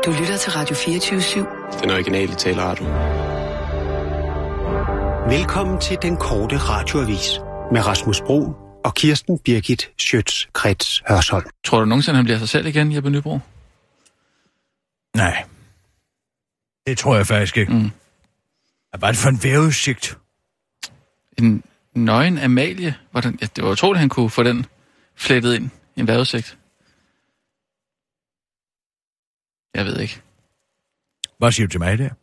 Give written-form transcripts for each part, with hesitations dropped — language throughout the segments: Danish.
Du lytter til Radio 24/7. Den originale taleradio. Velkommen til den korte radioavis med Rasmus Broen og Kirsten Birgit Schøtz-Krets Hørsholm. Tror du nogensinde, han bliver sig selv igen, Jeppe Nybro? Nej. Det tror jeg faktisk ikke. Hvad var det for en vejrudsigt? En nøgen Amalie? Hvordan? Ja, det var utroligt, han kunne få den flettet ind i en vejrudsigt. Jeg ved ikke. Hvad siger du til mig der?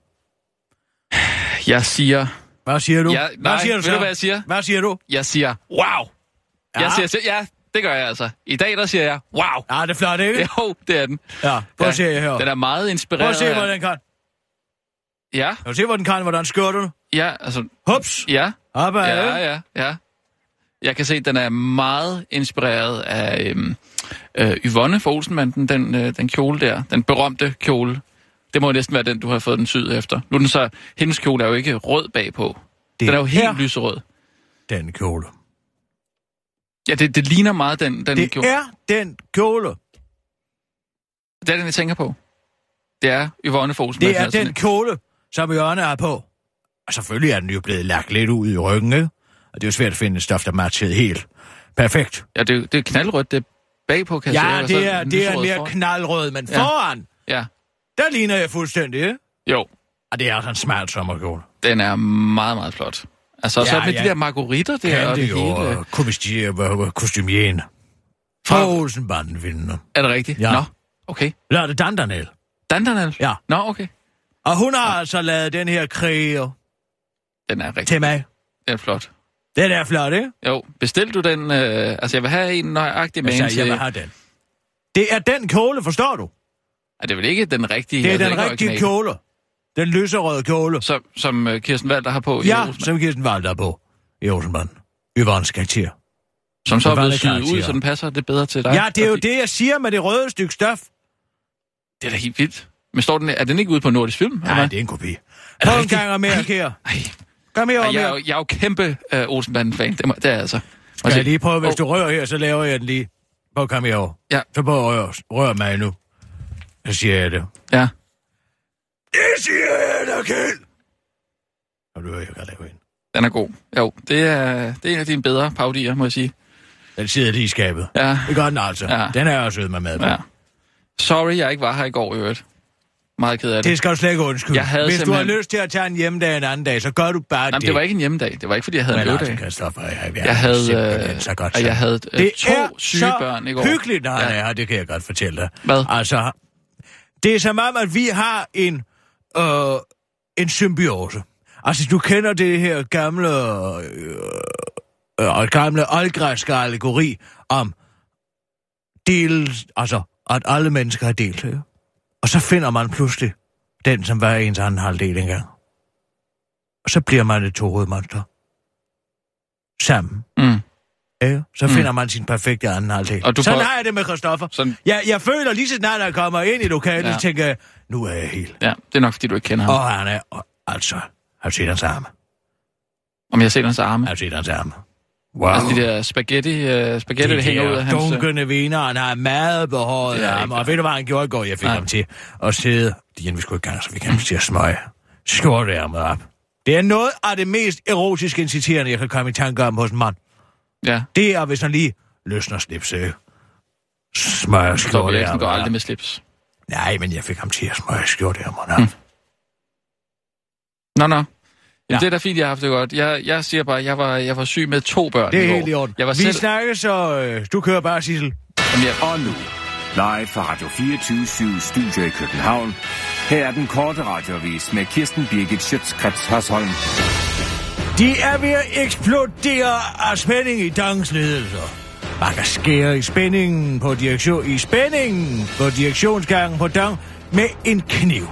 Jeg siger... Hvad siger du? Hvad siger du så? Ved du, hvad jeg siger? Hvad siger du? Jeg siger, wow! Ja. Det gør jeg altså. I dag, der siger jeg, wow! Ja, det er flot, ikke? Jo, det er den. Ja, prøv at se her. Den er meget inspireret. Prøv at se, hvor den kan. Ja. Kan du se, hvor den kan? Hvordan skør du? Ja, altså... Hups! Ja. Ja. Jeg kan se, at den er meget inspireret af Yvonne fra Olsenbanden, den kjole der. Den berømte kjole. Det må næsten være den, du har fået den syet efter. Nu er den så... Hendes kjole er jo ikke rød bagpå. Den er jo helt lyserød. Den kjole. Ja, det ligner meget den det kjole. Det er den kjole. Det er den, jeg tænker på. Det er Yvonne fra Olsenbanden. Det er den kjole, som Yvonne er på. Og selvfølgelig er den jo blevet lagt lidt ud i ryggen, ikke? Og det er jo svært at finde et stof, der matcher helt perfekt. Ja, det er knaldrødt, det er bagpå, kan jeg sige. Det er mere knaldrød, men foran, der ligner jeg fuldstændig, ikke? Jo. Og det er sådan en smart sommerkjole. Den er meget, meget flot. Altså, så med de der margaritter der kan og det hele... Kostymien. Fra Olsenbanden vinder. Er det rigtigt? Ja. Nå, okay. Ja, det er Dandanel. Dandanel? Ja. Nå, okay. Og hun har altså lavet den her kriger. Den er rigtig. Til mig. Den er flot. Den er flot, ikke? Jo, bestil du den... altså, jeg vil have en nøjagtig mane til... Jeg vil have den. Det er den kjole, forstår du? Er det vel ikke den rigtige... Det er den rigtige kjole. Den lyserøde kjole. Som Kirsten Walther har på i Olsenbanden. Ja, som Kirsten Walther har på i Olsenbanden. Yvonne's karakter. Som så er blevet syet ud, så den passer det bedre til dig. Ja, det er jo det, jeg siger med det røde stykke stof. Det er da helt vildt. Men er den ikke ude på Nordisk Film? Nej, det er en kopi. Prøv en gang og mere, Kjær. Kom her og mere. Jeg er jo kæmpe Olsenbanden-fan. Det er altså... Skal jeg lige prøve, hvis du rører her, så laver jeg den lige. Prøv at komme herover. Ja. Så prøv at røre mig nu. Så siger jeg det. Ja. Det siger jeg da, Kjeld! Og du hører, jeg kan lave en. Den er god. Jo, det er en af dine bedre parodier, må jeg sige. Den sidder lige i skabet. Ja. Det gør den altså. Ja. Den er jeg også øget mig med på. Ja. Sorry, jeg ikke var her i går i øvrigt. Meget ked af det. Det skal du slet ikke undskylde. Hvis du har lyst til at tage en hjemmedag en anden dag, så gør du bare det. Det var ikke en hjemmedag. Det var ikke, fordi jeg havde en løvdag. Jeg havde 2 syge børn i går. Det er hyggeligt, når han er her, det kan jeg godt fortælle dig. Hvad? Altså, det er som om, at vi har en symbiose. Altså, du kender det her gamle oldgræske allegori om at alle mennesker har delt. Ja? Og så finder man pludselig den, som var ens anden halvdel engang. Og så bliver man et tohovedet monster. Sammen. Ja, så finder man sin perfekte anden halvdel. Sådan har jeg det med Christoffer. Jeg føler lige så snart, jeg kommer ind i lokalet, og tænker, nu er jeg helt. Ja, det er nok, fordi du ikke kender ham. Og han er, har du set hans arme? Om jeg har set hans arme? Har du set hans arme? Wow. Altså de der spaghetti der hænger ud af hans... dunkende viner, han har meget behåret arme. Og ved du, hvad han gjorde i går? Jeg fik ham til at sidde... Vi skulle i gang, så vi kan til at smøge skjorteærmet op. Det er noget af det mest erotisk inciterende, jeg kan komme i tanke om hos en mand. Ja. Det er, hvis han lige løsner slipset. Smøger skjorteærmet op. Så går aldrig med slips. Nej, men jeg fik ham til at smøge skjorteærmet op. Nå. Ja. Det er da fint, jeg har haft det godt. Jeg siger bare, jeg var syg med 2 børn. Det er helt i orden. Vi snakker, så du kører bare, Sissel. Og nu, live fra Radio 24/7 Studio i København. Her er den korte radioavis med Kirsten Birgit Schøtz-Krets Hørsholm. De er ved at eksplodere af spænding i dagens ledelser. Man kan skære i spændingen på direktionsgangen på Dang med en kniv.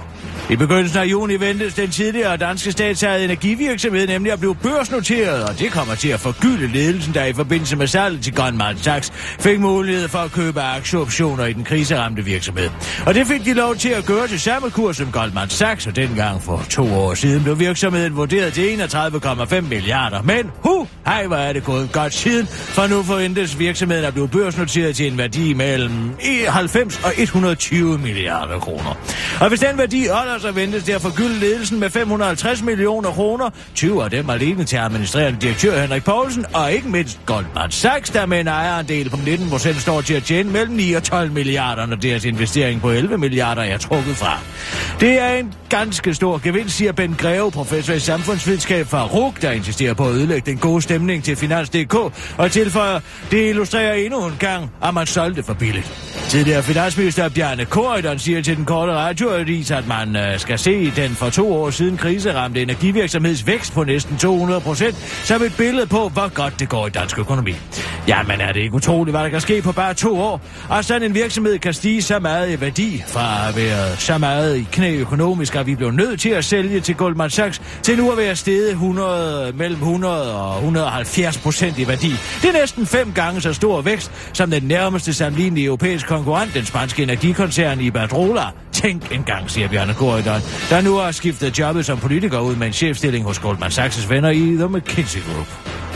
I begyndelsen af juni ventes den tidligere danske statsejede energivirksomhed nemlig at blive børsnoteret, og det kommer til at forgylde ledelsen, der i forbindelse med salget til Goldman Sachs fik mulighed for at købe aktieoptioner i den kriseramte virksomhed. Og det fik de lov til at gøre til samme kurs som Goldman Sachs, og dengang for 2 år siden blev virksomheden vurderet til 31,5 milliarder. Men hej, hvor er det gået godt siden, for nu forventes virksomheden at blive børsnoteret til en værdi mellem 90 og 120 milliarder kroner. Og hvis den værdi holder, så ventes det at forgylde ledelsen med 550 millioner kroner, 20 af dem alene til administrerende direktør Henrik Poulsen, og ikke mindst Goldman Sachs, der med en ejerandel på 19% står til at tjene mellem 9 og 12 milliarder, når deres investering på 11 milliarder er trukket fra. Det er en ganske stor gevinst, siger Ben Greve, professor i samfundsvidenskab fra RUC, der insisterer på at ødelægge den gode stemning til Finans.dk, og tilføjer, det illustrerer endnu en gang, at man solgte for billigt. Tidligere finansminister Bjarne Corydon siger til den korte radioavis, at man skal se den for 2 år siden kriseramte energivirksomheds vækst på næsten 200% som et billede på, hvor godt det går i dansk økonomi. Jamen er det ikke utroligt, hvad der kan ske på bare 2 år? Og sådan en virksomhed kan stige så meget i værdi fra at være så meget i knæ økonomisk, at vi blev nødt til at sælge til Goldman Sachs, til nu at være steget mellem 100 og 170% i værdi. Det er næsten 5 gange så stor vækst som den nærmeste sammenlignelige europæiske konkurrent, den spanske energikoncern Iberdrola. Tænk engang, siger Bjarne Corydon, der nu har skiftet jobbet som politiker ud med en chefstilling hos Goldman Sachs' venner i The McKinsey Group.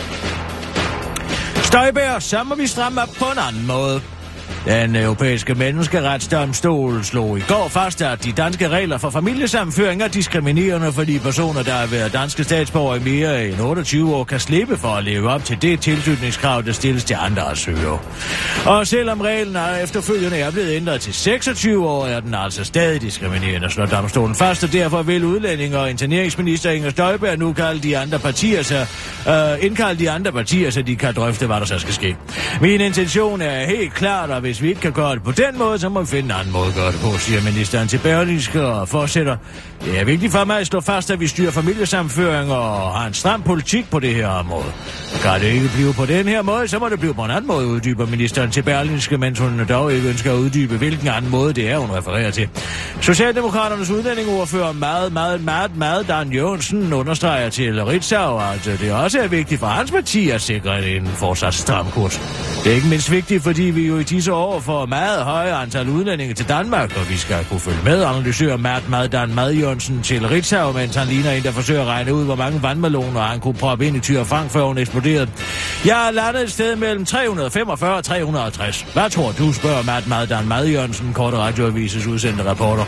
Støjberg, så må vi stramme op på en anden måde. Den europæiske menneskeretsdomstol slog i går fast, at de danske regler for familiesammenføring er diskriminerende, fordi personer, der har været danske statsborgere i mere end 28 år, kan slippe for at leve op til det tilknytningskrav, der stilles til andre asylsøgere. Og selvom reglen efterfølgende er blevet ændret til 26 år, er den altså stadig diskriminerende, slår domstolen fast, og derfor vil udlændinge- og interneringsminister Inger Støjberg nu indkalde de andre partier, så de kan drøfte, hvad der så skal ske. Min intention er helt klart, og hvis vi ikke kan gøre det på den måde, så må vi finde en anden måde at gøre det på, siger ministeren til Berlingske og fortsætter. Det er vigtigt for mig at slå fast, at vi styrer familiesammenføring og har en stram politik på det her område. Kan det ikke blive på den her måde, så må det blive på en anden måde, uddyber ministeren til Berlingske, mens hun dog ikke ønsker at uddybe, hvilken anden måde det er, hun refererer til. Socialdemokraternes udlændingeordfører meget Dan Jørgensen understreger til Ritzau, at det også er vigtigt for hans parti at sikre en fortsat stram kurs. Det er ikke mindst vigtigt, fordi vi jo i disse år får meget høje antal udlændinge til Danmark, og vi skal kunne følge med, analyserer Dan Jørgensen til Ritzau, mens han ligner en, der forsøger at regne ud, hvor mange vandmeloner han kunne proppe ind i Tyre Frank, før hun eksploderede. Jeg er landet et sted mellem 345 og 350. Hvad tror du, spørger Dan Jørgensen, korte radioavises udsendte reporter.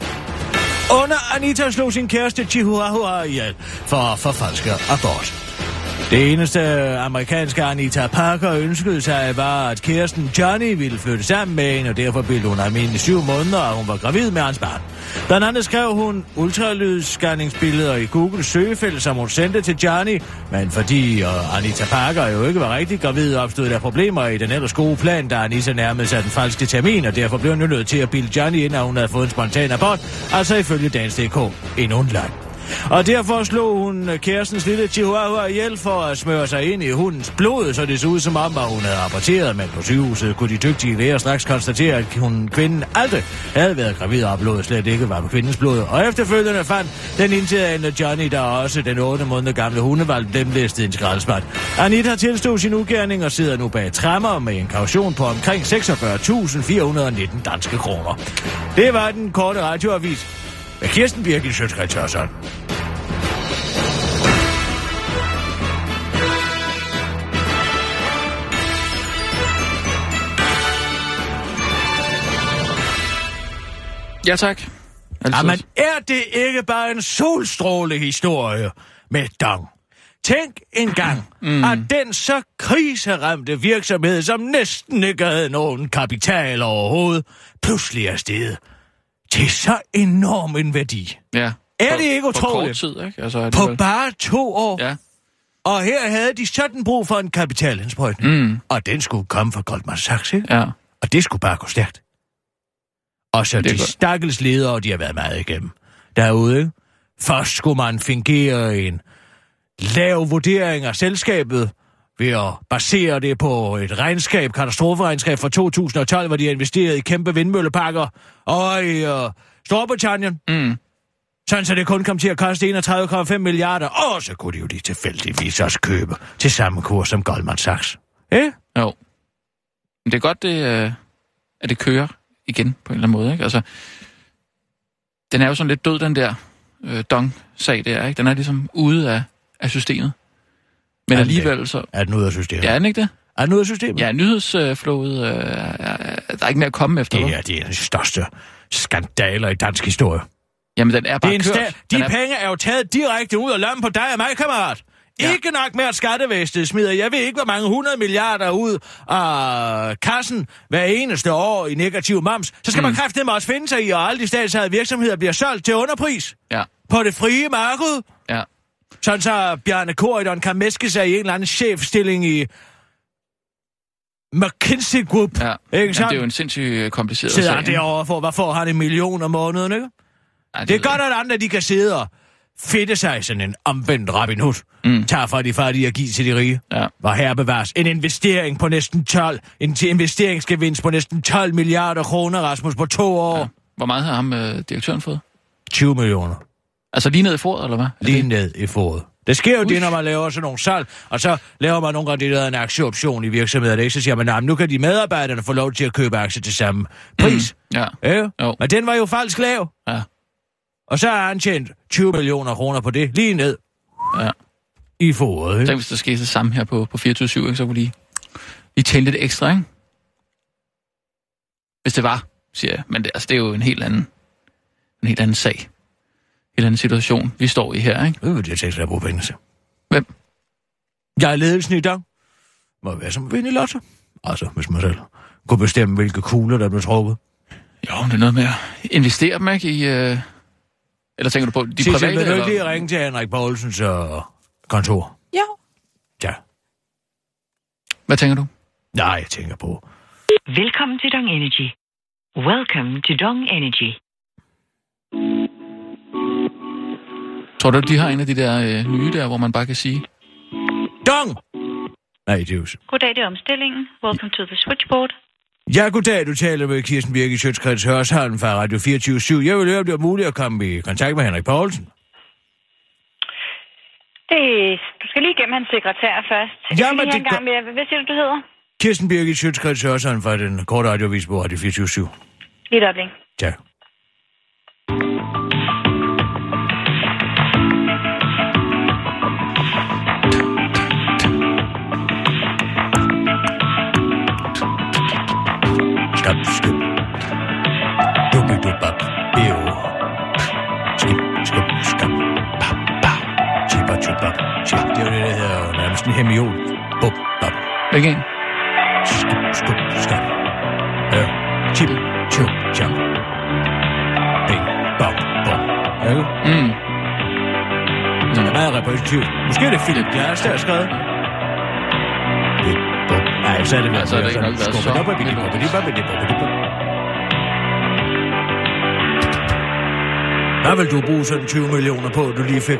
Under Anita slog sin kæreste Chihuahua ihjel for forfalske abort. Det eneste amerikanske Anita Parker ønskede sig var, at kæresten Johnny ville flytte sammen med hende, og derfor blev hun almindelig 7 måneder, og hun var gravid med hans barn. Blandt andet skrev hun ultralydsscanningsbilleder i Google søgefelt, som hun sendte til Johnny, men fordi Anita Parker jo ikke var rigtig gravid, opstod der problemer i den ellers gode plan, da Anita nærmede sig den falske termin, og derfor blev hun nødt til at bilde Johnny ind, at hun havde fået en spontan abort, altså ifølge Dagens.dk endnu en løgn. Og derfor slog hun kærestens lille Chihuahua ihjel for at smøre sig ind i hundens blod, så det så ud som om, at hun havde aborteret, men på sygehuset kunne de dygtige læger straks konstatere, at kvinden aldrig havde været gravid, og blodet slet ikke var på kvindens blod. Og efterfølgende fandt den indtagende Johnny, der også den 8 måneder gamle hundevalg, dem læste en skraldespand. Anita tilstod sin ugerning og sidder nu bag tremmer med en kaution på omkring 46.419 danske kroner. Det var den korte radioavis med Kirsten Birgit Schøtz-Krets Hørsholm. Ja, tak. Jamen, er det ikke bare en solstrålehistorie med dong? Tænk engang, at den så kriseramte virksomhed, som næsten ikke havde nogen kapital overhovedet, pludselig er steget til så enorm en værdi. Ja. Er det ikke utroligt? På kort tid, ikke? Altså, på bare 2 år. Ja. Og her havde de sådan brug for en kapitalindsprøjtning. Og den skulle komme fra Goldman Sachs, ikke? Ja. Og det skulle bare gå stærkt. Og så de stakkels ledere, de har været meget igennem derude, ikke? Først skulle man fingere en lav vurdering af selskabet ved at basere det på et regnskab, katastroferegnskab fra 2012, hvor de har investeret i kæmpe vindmølleparker og i Storbritannien. Sådan så det kun kom til at koste 31,5 milliarder, og så kunne de jo lige tilfældigvis også købe til samme kurs som Goldman Sachs. Jo. Men det er godt, at det kører igen på en eller anden måde, ikke? Altså, den er jo sådan lidt død, den der Dong-sag der, ikke? Den er ligesom ude af systemet. Men alligevel så... Er den ude af systemet? Ja, er den ikke det? Er den ude af systemet? Ja, nyhedsflowet, der er ikke mere at komme efter. Ja, det er den største skandaler i dansk historie. Jamen, den er bare kørt. Penge er jo taget direkte ud af lommen på dig og mig, kammerat. Ja. Ikke nok med, at skattevæsenet smider, jeg ved ikke, hvor mange 100 milliarder ud af kassen hver eneste år i negativ moms. Så skal man kraftedeme også finde sig i, og alle de statsejede virksomheder bliver solgt til underpris. Ja. På det frie marked. Ja. Sådan så Bjarne Corydon kan mæske sig i en eller anden chefstilling i McKinsey Group. Ja, ikke det er jo en sindssygt kompliceret sag. Sidder han derovre for, hvad får han i millioner om måneden, ikke? Ja, det er godt, at andre de kan sidde og fedte sig sådan en omvendt Robin Hood. Tager fra de fattige og giver til de rige. Ja. Og her bevares en investering på næsten 12, en investeringsgevinst på næsten 12 milliarder kroner, Rasmus, på 2 år. Ja. Hvor meget har ham direktøren fået? 20 millioner. Altså lige ned i foret, eller hvad? Lige ned i foret. Det sker jo det, når man laver sådan nogle salg, og så laver man nogle gange det, der hedder en aktieoption i virksomheder. Det, så siger man, nah, nu kan de medarbejderne få lov til at købe aktier til samme pris. Ja. Jo. Men den var jo falsk lav. Ja. Og så har han tjent 20 millioner kroner på det, lige ned i foret. Ikke? Tænk, hvis der skete det samme her på 24/7, ikke, så kunne lige tjene lidt ekstra, ikke? Hvis det var, siger jeg. Men det er jo en helt anden sag. En helt anden situation, vi står i her, ikke? Det jeg tænkte, at jeg bruger penge til. Hvem? Jeg er ledelsen i dag. Må være som at vinde i lotto. Altså, hvis man selv kunne bestemme, hvilke kugler, der blev trukket. Jo, det er noget med at investere dem, ikke? I, eller tænker du på de private? Vil du ikke lige ringe til Henrik Poulsens kontor? Ja. Ja. Hvad tænker du? Nej, jeg tænker på... Velkommen til Dong Energy. Welcome to Dong Energy. Tror du, de har en af de der nye der, hvor man bare kan sige... Dong! Nej, det er jo... Goddag, det er omstillingen. Welcome to the switchboard. Ja, goddag. Du taler med Kirsten Birgit Schøtz-Krets Hørsholm fra Radio 24/7. Jeg vil høre, om det er muligt at komme i kontakt med Henrik Poulsen. Du skal lige igennem hans sekretær først. Jamen, det gang med. Hvad siger du hedder? Kirsten Birgit Schøtz-Krets Hørsholm fra den korte radioavis på Radio 24/7. Lige et øjeblik. Tak. Skab, skab. Dubbi-dubab. Bio. Skib, skub, skab. Bap, bap. Chibba-chubab. Chib. Det er jo det, der hedder nærmest en hemiol. Bub, bap. Hvilken? Skub, skub, skab. Ja. Chib, chub, chab. Bing, bop, bop. Ja, jo. Det er meget repræsentativt. Måske er det Philip Glass, der har skrevet. Nej, så er det altså, det ikke nok været så. Hvad vil du bruge sådan 20 millioner på, du lige fik?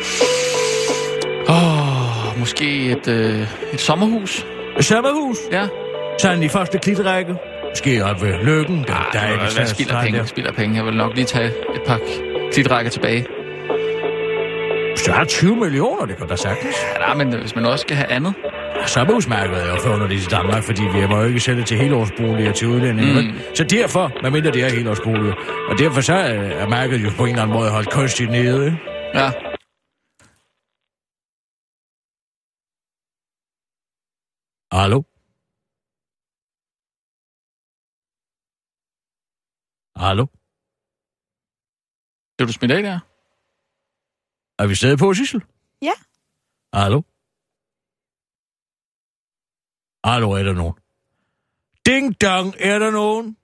Måske et sommerhus. Et sommerhus? Ja. Sådan i første klitrække. Måske op ved Løkken. Jeg spilder penge. Jeg vil nok lige tage et par klitrækker tilbage. Hvis du har 20 millioner, det kan da sagtens. Ja, men hvis man også skal have andet. Sommerhusmarkedet er jo forunderligt i Danmark, fordi vi må jo ikke sælge til helårsboliger til udlændinge. Så derfor, medmindre det er helårsboliger, og derfor så er markedet jo på en eller anden måde holdt kunstigt nede, ikke? Ja. Hallo? Hallo? Kan du smidt af der? Er vi stadig på, Sissel? Ja. Hallo? Hallo, er der nogen? Ding dong, er der nogen?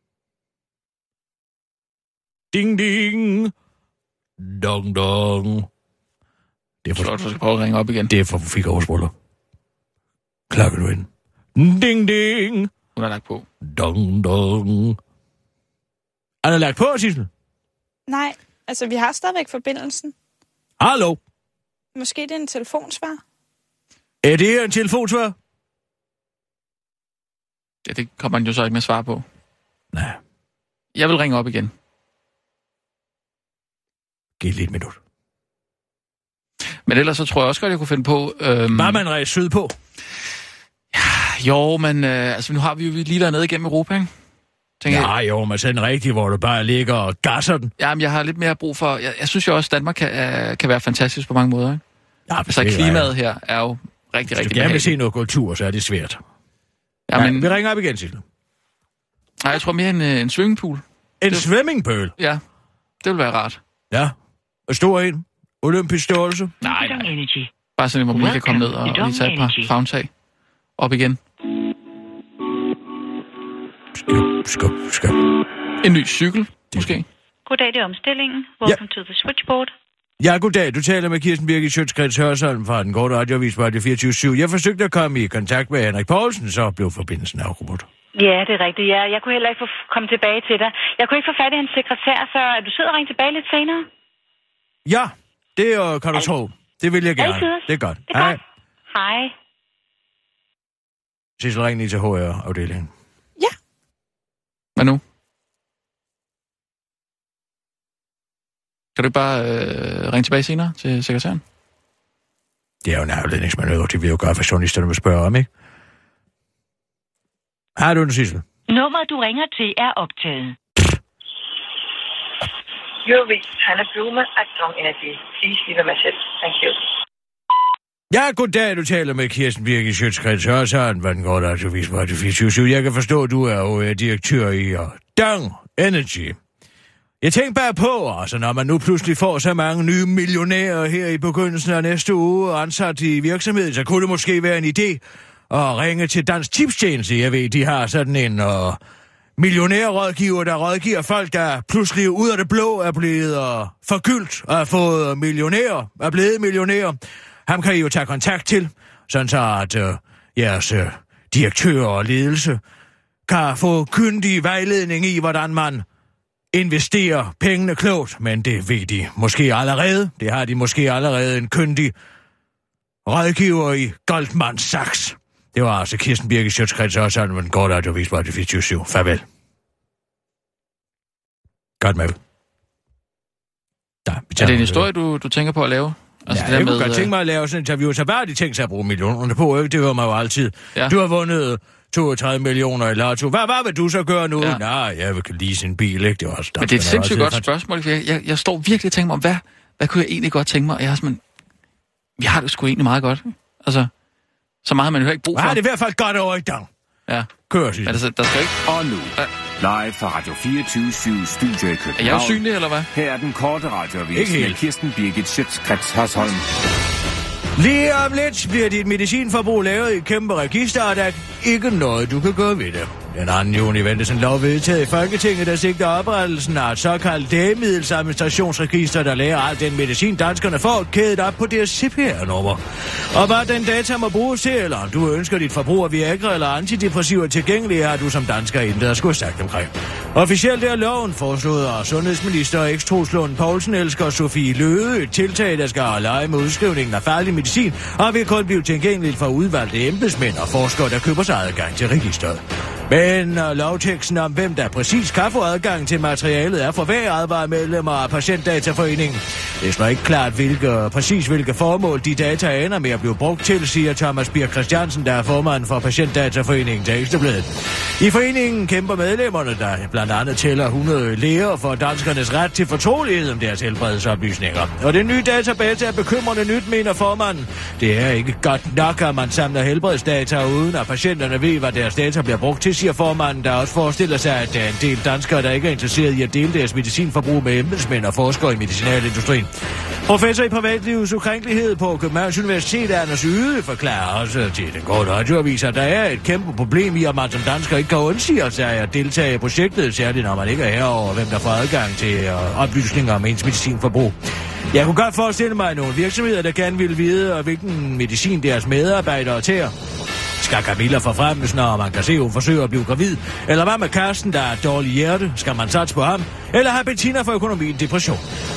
Ding ding. Dong dong. Det er for... Så du skal prøve at ringe op igen. Det er for Figaro-spruller. Klokken du ind. Ding ding. Hun har lagt på. Dong dong. Er der lagt på, Sissel? Nej, altså vi har stadigvæk forbindelsen. Hallo? Måske det er en telefonsvar? Er det en telefonsvar? Ja, det kommer man jo så ikke med svar på. Nej. Jeg vil ringe op igen. måske lige et minut. Men ellers så tror jeg også godt, jeg kunne finde på... Var man rejst syd på? Jo, men altså nu har vi jo lige været nede igennem Europa, ikke? Ja, jo, men sådan rigtigt, hvor du bare ligger og gasser den. Jamen, jeg har lidt mere brug for... Jeg synes jo også, at Danmark kan være fantastisk på mange måder, ikke? Ja, altså, klimaet her er jo rigtig, rigtig Hvis du gerne vil se noget kultur, så er det svært. Ja, men... Vi ringer op igen, Sissel. Nej, jeg tror mere en swimmingpool. En swimmingpool? Ja, det vil være rart. Ja, og stor en. Olympisk størrelse. Nej. Bare sådan, hvor man kan komme ned og lige tage et par favntag. Op igen. Skub. En ny cykel, måske. Goddag, det er omstillingen. Welcome to the switchboard. Ja, goddag. Du taler med Kirsten Birgit Schøtz-Krets Hørsholm fra den korte radioavis på Radio 24/7. Jeg forsøgte at komme i kontakt med Henrik Poulsen, så blev forbindelsen afbrudt. Ja, det er rigtigt. Ja, jeg kunne heller ikke komme tilbage til dig. Jeg kunne ikke få fat i hans sekretær, så er du sød og ringe tilbage lidt senere? Ja, det kan du tro. Det vil jeg gerne. Det er godt. Hej. Hej. Sissel, ring lige til HR-afdelingen. Ja. Hvad nu? Kan du bare ringe tilbage senere til sekretæren? Det er jo en afledningsmanøvre, de vil jo gøre, hvad journalisterne vil spørge om, ikke? Har du den, Sissel? Nummeret, du ringer til, er optaget. You've reached Hannah Blume at Dong Energy. Please leave a message. Thank you. Ja, goddag, du taler med Kirsten Birgit Schøtz-Krets Hørsholm fra den korte radioavis på Radio 24/7. Jeg kan forstå, at du er direktør i Dong Energy. Jeg tænker bare på, altså, når man nu pludselig får så mange nye millionærer her i begyndelsen af næste uge ansat i virksomheden, så kunne det måske være en idé at ringe til Dansk Tipstjeneste. Jeg ved, de har sådan en millionærrådgiver, der rådgiver folk, der pludselig ud af det blå er blevet forgyldt og har fået millionærer, er blevet millionærer. Ham kan I jo tage kontakt til, sådan så at jeres direktør og ledelse kan få kyndig vejledning i, hvordan man investerer pengene klogt, men det ved de måske allerede. Det har de måske allerede en kyndig rådgiver i Goldman Sachs. Det var altså Kirsten Birgit Schøtz-Krets Hørsholm med den korte radioavis på Radio 24/7. Farvel. Godt med. Er det en historie, du tænker på at lave? Altså, ja, jeg kunne godt tænke mig at lave sådan en interview, så hvad har de tænkt sig at bruge millionerne på? Ikke? Det hører man jo altid. Ja. Du har vundet 32 millioner i lotto. Hvad vil du så gøre nu? Ja. Nej, jeg vil lease en bil, ikke? Det er også men det er et sindssygt godt spørgsmål, for jeg står virkelig og tænker mig om, hvad kunne jeg egentlig godt tænke mig? Jeg har det sgu egentlig meget godt. Altså, så meget man jo ikke brug for. Ja, det er i hvert fald godt over i dag. Ja. Kør, sig. Men altså, der skal ikke... Og nu, live fra Radio 24/7 Studio i København. Er jeg usynlig, eller hvad? Her er den korte radioavis med Kirsten Birgit Schøtz-Krets Hørsholm. Lige om lidt bliver dit medicinforbrug lavet i et kæmpe register, og der er ikke noget, du kan gøre ved det. Den 2. juni ventes en lov vedtaget i Folketinget, der sigter oprettelsen af et såkaldt lægemiddelsadministrationsregister, der lærer al den medicin, danskerne får, kædet op på deres CPR-nummer. Og hvad den data må bruges til, eller om du ønsker dit forbrug af Viagra eller antidepressiver tilgængelige, har du som dansker intet at skulle sagt omkring. Officielt er loven foreslået af sundhedsminister X. Lund Poulsen elsker Sofie Løde, et tiltag, der skal lege med udskrivningen af farlig medicin, og vil kun blive tilgængeligt for udvalgte embedsmænd og forskere, der køber sig adgang til registeret. Men lovteksten om, hvem der præcis kan få adgang til materialet, er for hver advarer medlemmer af Patientdataforeningen. Det står ikke klart, hvilke formål de data ender med at blive brugt til, siger Thomas Birk Christiansen, der er formand for Patientdataforeningen til Ekstrabladet. I foreningen kæmper medlemmerne, der blandt andet tæller 100 læger for danskernes ret til fortrolighed om deres helbredsoplysninger. Og den nye database er bekymrende nyt, mener formanden. Det er ikke godt nok, at man samler helbredsdata, uden at patienterne ved, hvad deres data bliver brugt til, siger formanden, der også forestiller sig, at der er en del danskere, der ikke er interesseret i at dele deres medicinforbrug med embedsmænd og forskere i medicinalindustrien. Professor i privatlivets ukrænkelighed på Københavns Universitet, Anders Yde, forklarer også til den korte radioavis, at der er et kæmpe problem i, at man som dansker ikke kan undsige sig at deltage i projektet, særligt når man ikke er herover, hvem der får adgang til oplysninger om ens medicinforbrug. Jeg kunne godt forestille mig nogle virksomheder, der gerne vil vide, hvilken medicin deres medarbejdere tager. Skal Camilla forfremmes, når man kan se, at hun forsøger at blive gravid? Eller hvad med Karsten, der er dårlig hjerte? Skal man satse på ham? Eller har Bettina for økonomien depression?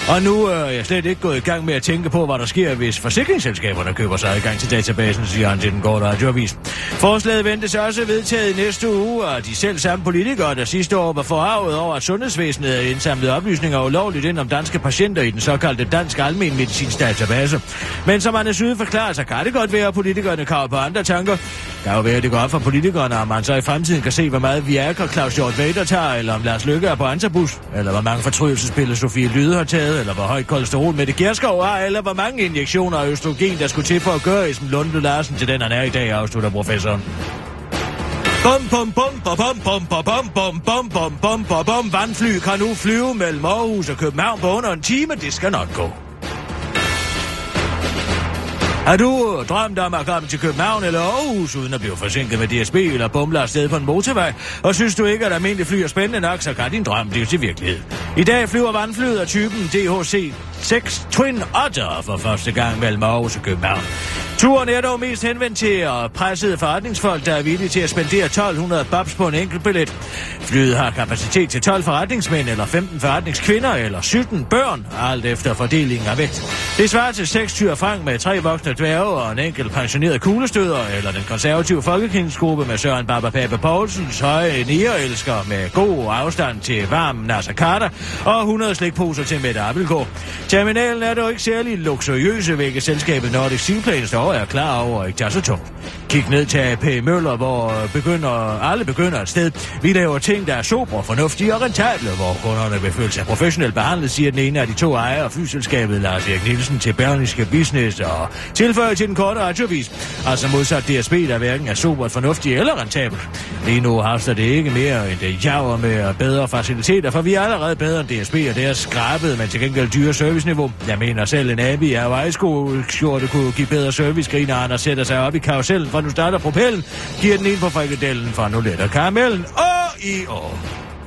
Og nu er jeg slet ikke gået i gang med at tænke på, hvad der sker, hvis forsikringsselskaberne køber sig i gang til databasen, siger han til den korte radioavis. Forslaget ventes også vedtaget i næste uge, og de selv samme politikere, der sidste år var forarvet over, at sundhedsvæsenet havde indsamlet oplysninger ulovligt ind om danske patienter i den såkaldte dansk almenmedicinsk database. Men som Anders Syde forklarer, så kan det godt være, at politikerne kommer på andre tanker. Det kan jo være, at det går op for politikerne, om man så i fremtiden kan se, hvor meget Viagra Claus Hjort Vader tager, eller om Lars Løkke er på Antabus, eller hvor mange fortrydelsespiller Sofie Lyde har taget, eller hvor højt kolesterol Mette Gjerskov har, eller hvor mange injektioner af østrogen, der skulle til for at gøre Esben Lunde Larsen til den, han er i dag, afslutter professoren. Bum, bum, bum, bum, bum, bum, bum, bum, bum, bum, bum, bum, bum. Vandfly kan nu flyve mellem Aarhus og København på under en time. Det skal nok gå. Har du drømt om at komme til København eller Aarhus, uden at blive forsinket med DSB eller bumler afsted på en motorvej? Og synes du ikke, at almindelige fly er spændende nok, så kan din drøm blive til virkelighed. I dag flyver vandflyet af typen DHC-6 Twin Otter for første gang mellem Aarhus og København. Turen er dog mest henvendt til pressede forretningsfolk, der er villige til at spendere 1200 babs på en enkelt billet. Flyet har kapacitet til 12 forretningsmænd, eller 15 forretningskvinder, eller 17 børn, alt efter fordelingen af vægt. Det svarer til 6 tyrefranc med 3 voksne dværge og en enkelt pensioneret kuglestøder, eller den konservative folkekingsgruppe med Søren Baba Pape Poulsens høje nierelsker med god afstand til varm Nasser Carter og 100 slikposer til Mette Abildgaard. Terminalen er dog ikke særlig luksuriøse, hvilket selskabet Nordic Seaplanes dog er klar over ikke tager så tungt. Kig ned til AP Møller, hvor alle begynder et sted. Vi laver ting, der er sobre, fornuftige og rentable, hvor kunderne vil føle sig professionelt behandlet, siger den ene af de 2 ejere af flyselskabet, Lars Erik Nielsen, til Berlingske Business og tilføjer til den korte radiovis. Altså modsat DSB, der hverken er sobert, fornuftig eller rentabel. Lige nu haster det ikke mere, end det jager med bedre faciliteter, for vi er allerede bedre end DSB, og det er skrabet, men til gengæld dyre serviceniveau. Jeg mener selv, en abi af vejskjorte kunne give bedre service, griner han og sætter sig op i karusellen, for nu starter propellen, giver den ind på frikadellen, for nu letter karamellen, og i år.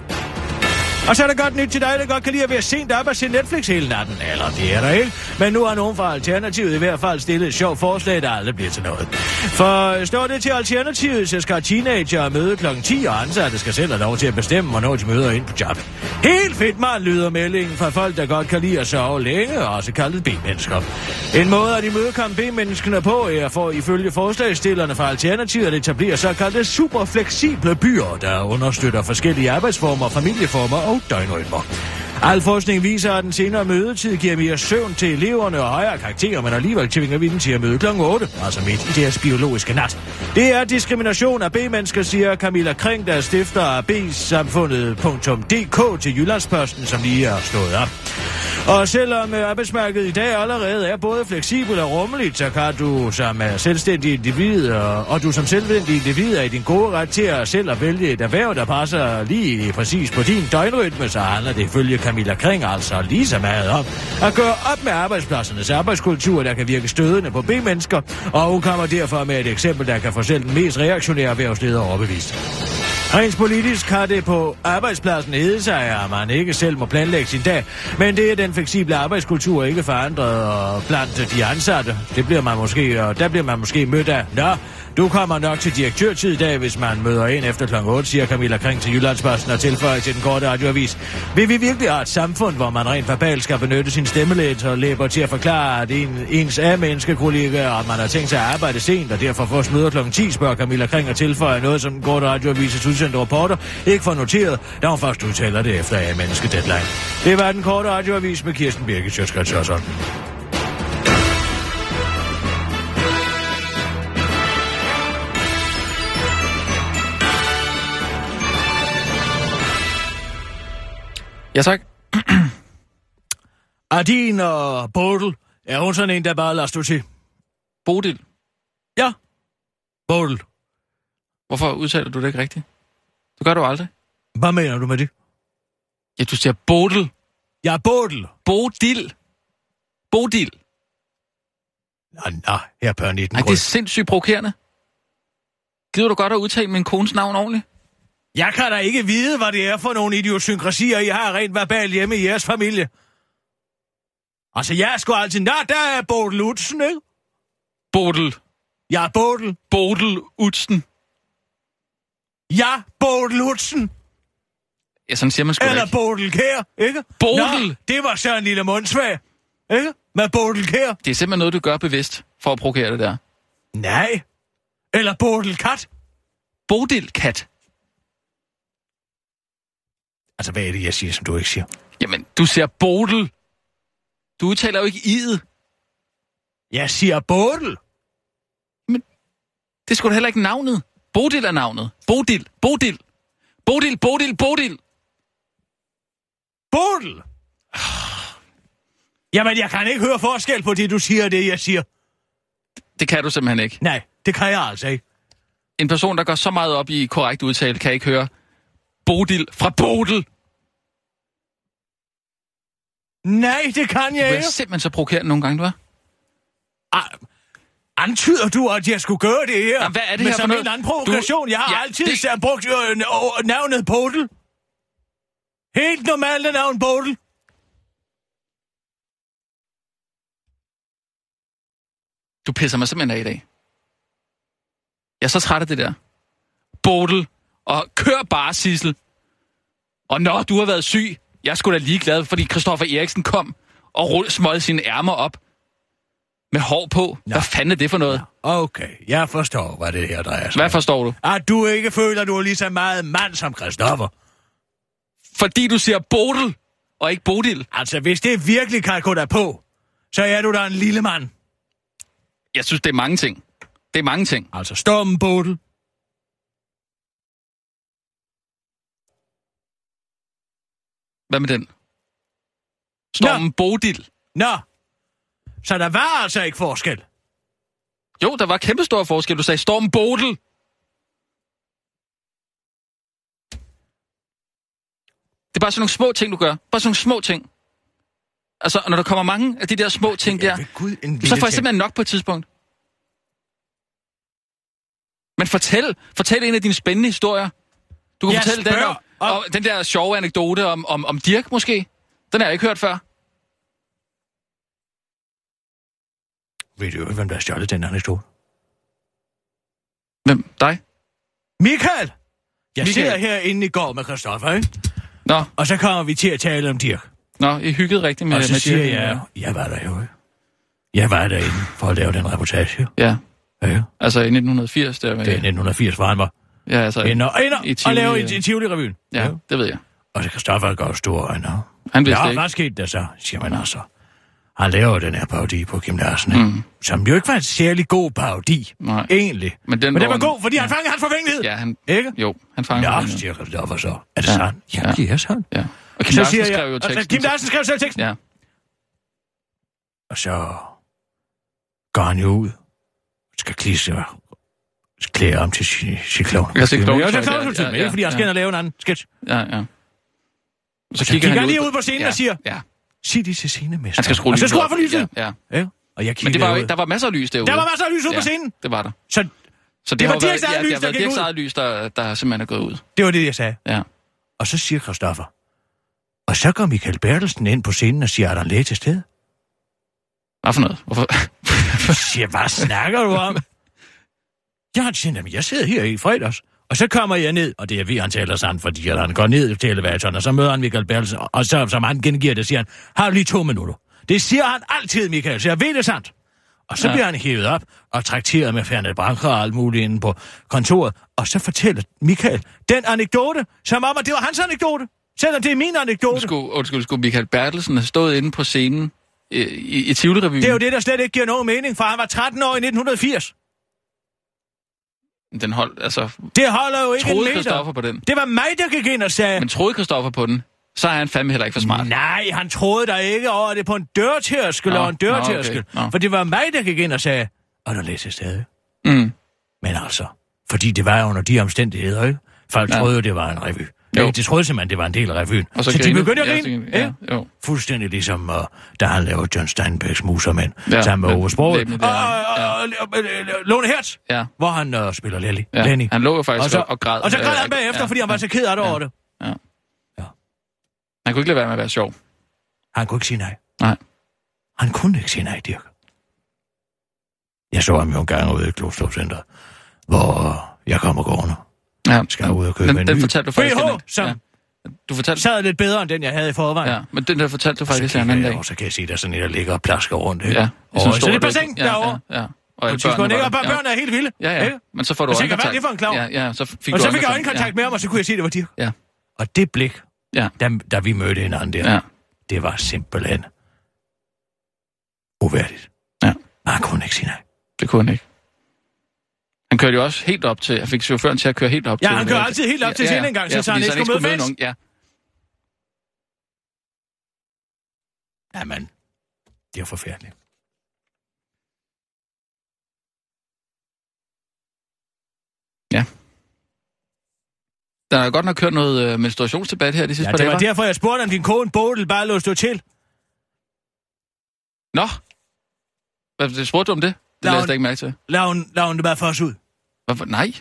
Og så er der godt nyt til dig, der godt kan lide at være sent op og se Netflix hele natten. Eller det er der ikke. Men nu har nogen fra Alternativet i hvert fald stillet et sjovt forslag, der aldrig bliver til noget. For står det til Alternativet, så skal teenager møde kl. 10, og ansatte skal selv have lov til at bestemme, hvornår de møder ind på job. Helt fedt, man, lyder meldingen fra folk, der godt kan lide at sove længe, også kaldet B-mennesker. En måde at imødekomme B-menneskene på er for ifølge forslagsstillerne fra Alternativet at etablere såkaldte superfleksible byer, der understøtter forskellige arbejdsformer, familieformer og døgnrytmer. Al forskning viser, at den senere mødetid giver mere søvn til eleverne og højere karakterer, men alligevel tvinger vi dem til at møde kl. 8, altså midt i deres biologiske nat. Det er diskrimination af B-mennesker, siger Camilla Kring, der stifter af bsamfundet.dk til Jyllandsposten, som lige er stået op. Og selvom arbejdsmarkedet i dag allerede er både fleksibel og rummeligt, så kan du som selvstændig individ, og du som selvstændig individ er i din gode ret til at selv at vælge et erhverv, der passer lige præcis på din døgnrytme, så handler det ifølge Camilla Kring altså lige så meget om at gøre op med arbejdspladsernes arbejdskultur, der kan virke stødende på B-mennesker, og hun kommer derfor med et eksempel, der kan få selv den mest reaktionære erhvervsleder overbevist. Rent politisk har det på arbejdspladsen heddet sig, at man ikke selv må planlægge sin dag, men det er den fleksible arbejdskultur ikke forandret blandt de ansatte. Der bliver man måske mødt af. Nå, du kommer nok til direktørtid i dag, hvis man møder ind efter kl. 8, siger Camilla Kring til Jyllandsposten og tilføjer til den korte radioavis. Vil vi virkelig have et samfund, hvor man rent verbalt skal benytte sin stemmelet og læber til at forklare, at ens menneskekollegaer, at man har tænkt sig at arbejde sent, og derfor først møder kl. 10, spørger Camilla Kring og tilføjer noget, som den korte radioavis' udsendte reporter ikke får noteret, da hun først udtaler det efter af menneskedeadline. Det var den korte radioavis med Kirsten Birgit Sjøtskrets Hørsholm. Ja, tak. Adin og Bodil, er hun sådan en, der bare lader stå til? Bodil? Ja, Bodil. Hvorfor udtaler du det ikke rigtigt? Det gør du aldrig. Hvad mener du med det? Ja, du siger Bodil. Ja, Bodil. Bodil. Bodil. Nå, her på 19. Ej, det er sindssygt provokerende. Gider du godt at udtale min kones navn ordentligt? Jeg kan da ikke vide, hvad det er for nogle idiosynkrasier, I har rent verbalt hjemme i jeres familie. Altså, jeg er sgu altid... Nå, der er Bodil Utzen, ikke? Bodil. Ja, Bodil. Bodil Utzen. Ja, Bodil Utzen. Ja, sådan siger man sgu Eller ikke. Bodil Kjær, ikke? Bodil! Nå, det var så en lille mundsvag, ikke? Med Bodil Kjær. Det er simpelthen noget, du gør bevidst for at provokere det der. Nej. Eller Bodil Kat. Bodil Kat. Altså, hvad er det, jeg siger, som du ikke siger? Jamen, du siger Bodil. Du udtaler jo ikke i'et. Jeg siger Bodil. Det er sgu da heller ikke navnet. Bodil er navnet. Bodil. Bodil. Bodil, Bodil, Bodil. Bodil! Jamen, jeg kan ikke høre forskel på det, du siger, det jeg siger. Det kan du simpelthen ikke. Nej, det kan jeg altså ikke. En person, der går så meget op i korrekt udtale, kan ikke høre Bodil fra Bodil. Nej, det kan jeg Du er ikke. simpelthen så provokerende nogle gange, du er. Antyder du, at jeg skulle gøre det her? Jamen, hvad er det med her for som noget? en anden provokation? Jeg har altid brugt navnet Bodil. Helt normalt navn Bodil. Du pisser mig simpelthen af i dag. Jeg er så træt af det der. Bodil. Og kør bare, Sissel. Og når du har været syg, jeg skulle da ligeglad, fordi Christoffer Eriksen kom og smøgte sine ærmer op med hår på. Nå. Hvad fanden er det for noget? Okay, jeg forstår, hvad det her drejer sig. Hvad forstår du? At du ikke føler, du er lige så meget mand som Christoffer. Fordi du siger Bodil, og ikke Bodil. Altså, hvis det virkelig kan gå der på, så er du da en lille mand. Jeg synes, det er mange ting. Det er mange ting. Altså, Stormen Bodil. Hvad med den? Stormen Bodil. Nå, så der var altså ikke forskel. Jo, der var kæmpestor forskel. Du sagde Stormen Bodil. Det er bare sådan nogle små ting, du gør. Bare sådan nogle små ting. Altså, når der kommer mange af de der små ting der, så får jeg simpelthen nok på et tidspunkt. Men fortæl en af dine spændende historier. Du kan fortælle den om den der sjove anekdote om Dirk, måske. Den har jeg ikke hørt før. Ved du ikke, hvem der har stjålet den anekdote? Hvem? Dig? Michael! Jeg sidder herinde i går med Christoffer, ikke? Nå. Og så kommer vi til at tale om Dirk. Nå, I hyggede rigtigt med og så med siger Dirk. jeg var der jo, ikke? Jeg var derinde for at lave den reportage. Ja. Ja. Altså i 1980, der var det er 1980, hvor han var. Ja, altså ind og lave i Tivoli-revyen. Ja, det ved jeg. Og så Christoffer går store øjne. Han vidste ikke. Hvad skete der så, siger man altså. Han laver den her parodi på Kim Larsen, ikke? Som jo ikke var en særlig god parodi, egentlig. Men den var god, fordi han fangede hans forvængelighed. Ja, han... Ikke? Jo, han fangede det. Nå, siger Christoffer så. Er det sandt? Ja, det er sandt. Ja. Og Kim Larsen skrev jo teksten. Kim Larsen skrev selv teksten. Ja. Og så går han jo ud. Skal klæde om til cyklon. Ja, cyklon. Ja, ikke fordi han skal ind og lave en anden sketch. Ja. Så kigger han lige ud på scenen og siger, sig det til scenemester. Han skal skrue lyset. Og så skruer han for lyset. Ja. Og jeg men der var masser af lys derude. Der var masser af lys ude på scenen. Det var der. Så det var Dirks eget lys, der simpelthen er gået ud. Det var det, jeg sagde. Ja. Og så siger Christoffer. Og så går Michael Bertelsen ind på scenen og siger, er der en læge til stede? Hvad for noget? Hvorfor? Siger, hvad snakker du om? Jeg sidder her i fredags. Og så kommer jeg ned, og det er vi, han taler sådan, fordi han går ned til elevatoren, og så møder han Michael Bertelsen, og så, som han gengiver det, siger han, har du lige 2 minutter? Det siger han altid, Michael, så jeg ved det sandt. Og så bliver han hævet op og trakteret med Fernet Branca og alt muligt inde på kontoret, og så fortæller Michael den anekdote, som om, at det var hans anekdote, selvom det er min anekdote. Skulle Michael Bertelsen have stået inde på scenen i Tivoli-revyen? Det er jo det, der slet ikke giver nogen mening, for han var 13 år i 1980. Den altså... Det holder jo ikke en meter. Troede Christoffer på den? Det var mig, der gik ind og sagde... Men troede Christoffer på den? Så er han fandme heller ikke for smart. Nej, han troede der ikke over det på en dørtærskel og en dørtærskel. Okay. For det var mig, der gik ind og sagde, og der læste stadig. Men altså, fordi det var under de omstændigheder, ikke? Folk troede jo, det var en revy. De troede simpelthen, det var en del af revyen. Så de begyndte at grine. Ja. Fuldstændig ligesom, da han lavede John Steinbecks Musermænd, sammen med Ove Sprogøe. Og Lone Hertz, hvor han spiller Lenny. Han lå jo faktisk og græd. Og så græd han bagefter, fordi han var så ked af det over det. Ja. Han kunne ikke lade være med at være sjov. Han kunne ikke sige nej. Nej. Han kunne ikke sige nej, Dirk. Jeg så ham jo en gang ude i Glostrup Center, hvor jeg kommer gående. Ja. Skal ud og købe en den fortalte du faktisk. som Du fortalte... Sad lidt bedre end den, jeg havde i forvejen. Ja, men den der fortalte du faktisk en anden dag. Og så kan jeg se, der er sådan en, der ligger og plasker rundt. Ikke? Ja. Og så er det bassin derovre. Ja. Og børnene er helt vilde. Ja. Men så får du øjenkontakt. Hvad er det for en klovn? Ja, så fik jeg øjenkontakt med ham, og så kunne jeg se, det var Dirch. Ja. Og det blik, da vi mødte hinanden der, det var simpelthen uværdigt. Ja. Men han kunne ikke sige nej. Det kunne han ikke. Han kørte jo også helt op til... Jeg fik chaufføren til at køre helt op til... Ja, han kører altid helt op til sin en gang, så han ikke skulle møde nogen. Ja. Jamen, det er forfærdeligt. Ja. Der er godt nok kørt noget menstruationsdebat her de sidste par dage. Det var derfor, jeg spurgte, om din kone Bodil bare lå stå til. Nå. Hvad spurgte du om det? Det lader jeg ikke mærke til. Lad hun det bare for os ud? Hvorfor? Nej.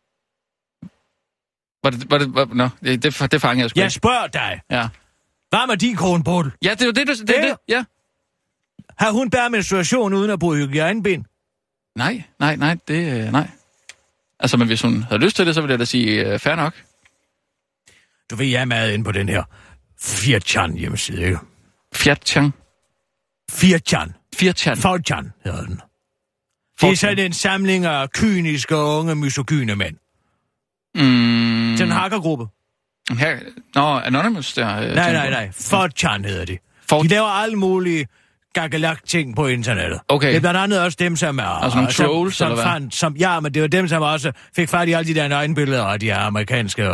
Nå, det fanger jeg sgu. Jeg spørger dig. Ja. Hvad med din kone Bodil? Ja, det er jo det. Ja. Har hun bare menstruation uden at bruge hygiejneben? Nej, nej. Altså, men hvis hun havde lyst til det, så ville jeg da sige, fair nok. Du ved, jeg er meget inde på den her Fiat-chan hjemmeside, ikke? Fiat-chan? Fiat-chan. Fiat-chan hedder den. Det er sådan en samling af kyniske, unge, misogyne mænd. Det er en hackergruppe. Anonymous der. Nej. Fiat-chan hedder de. De laver alle mulige gakkelak-ting på internettet. Okay. Det er blandt andet også dem, som er... Altså nogle trolls, eller hvad? Ja, men det var dem, som også fik fat i alle de der nøgenbilleder af de her amerikanske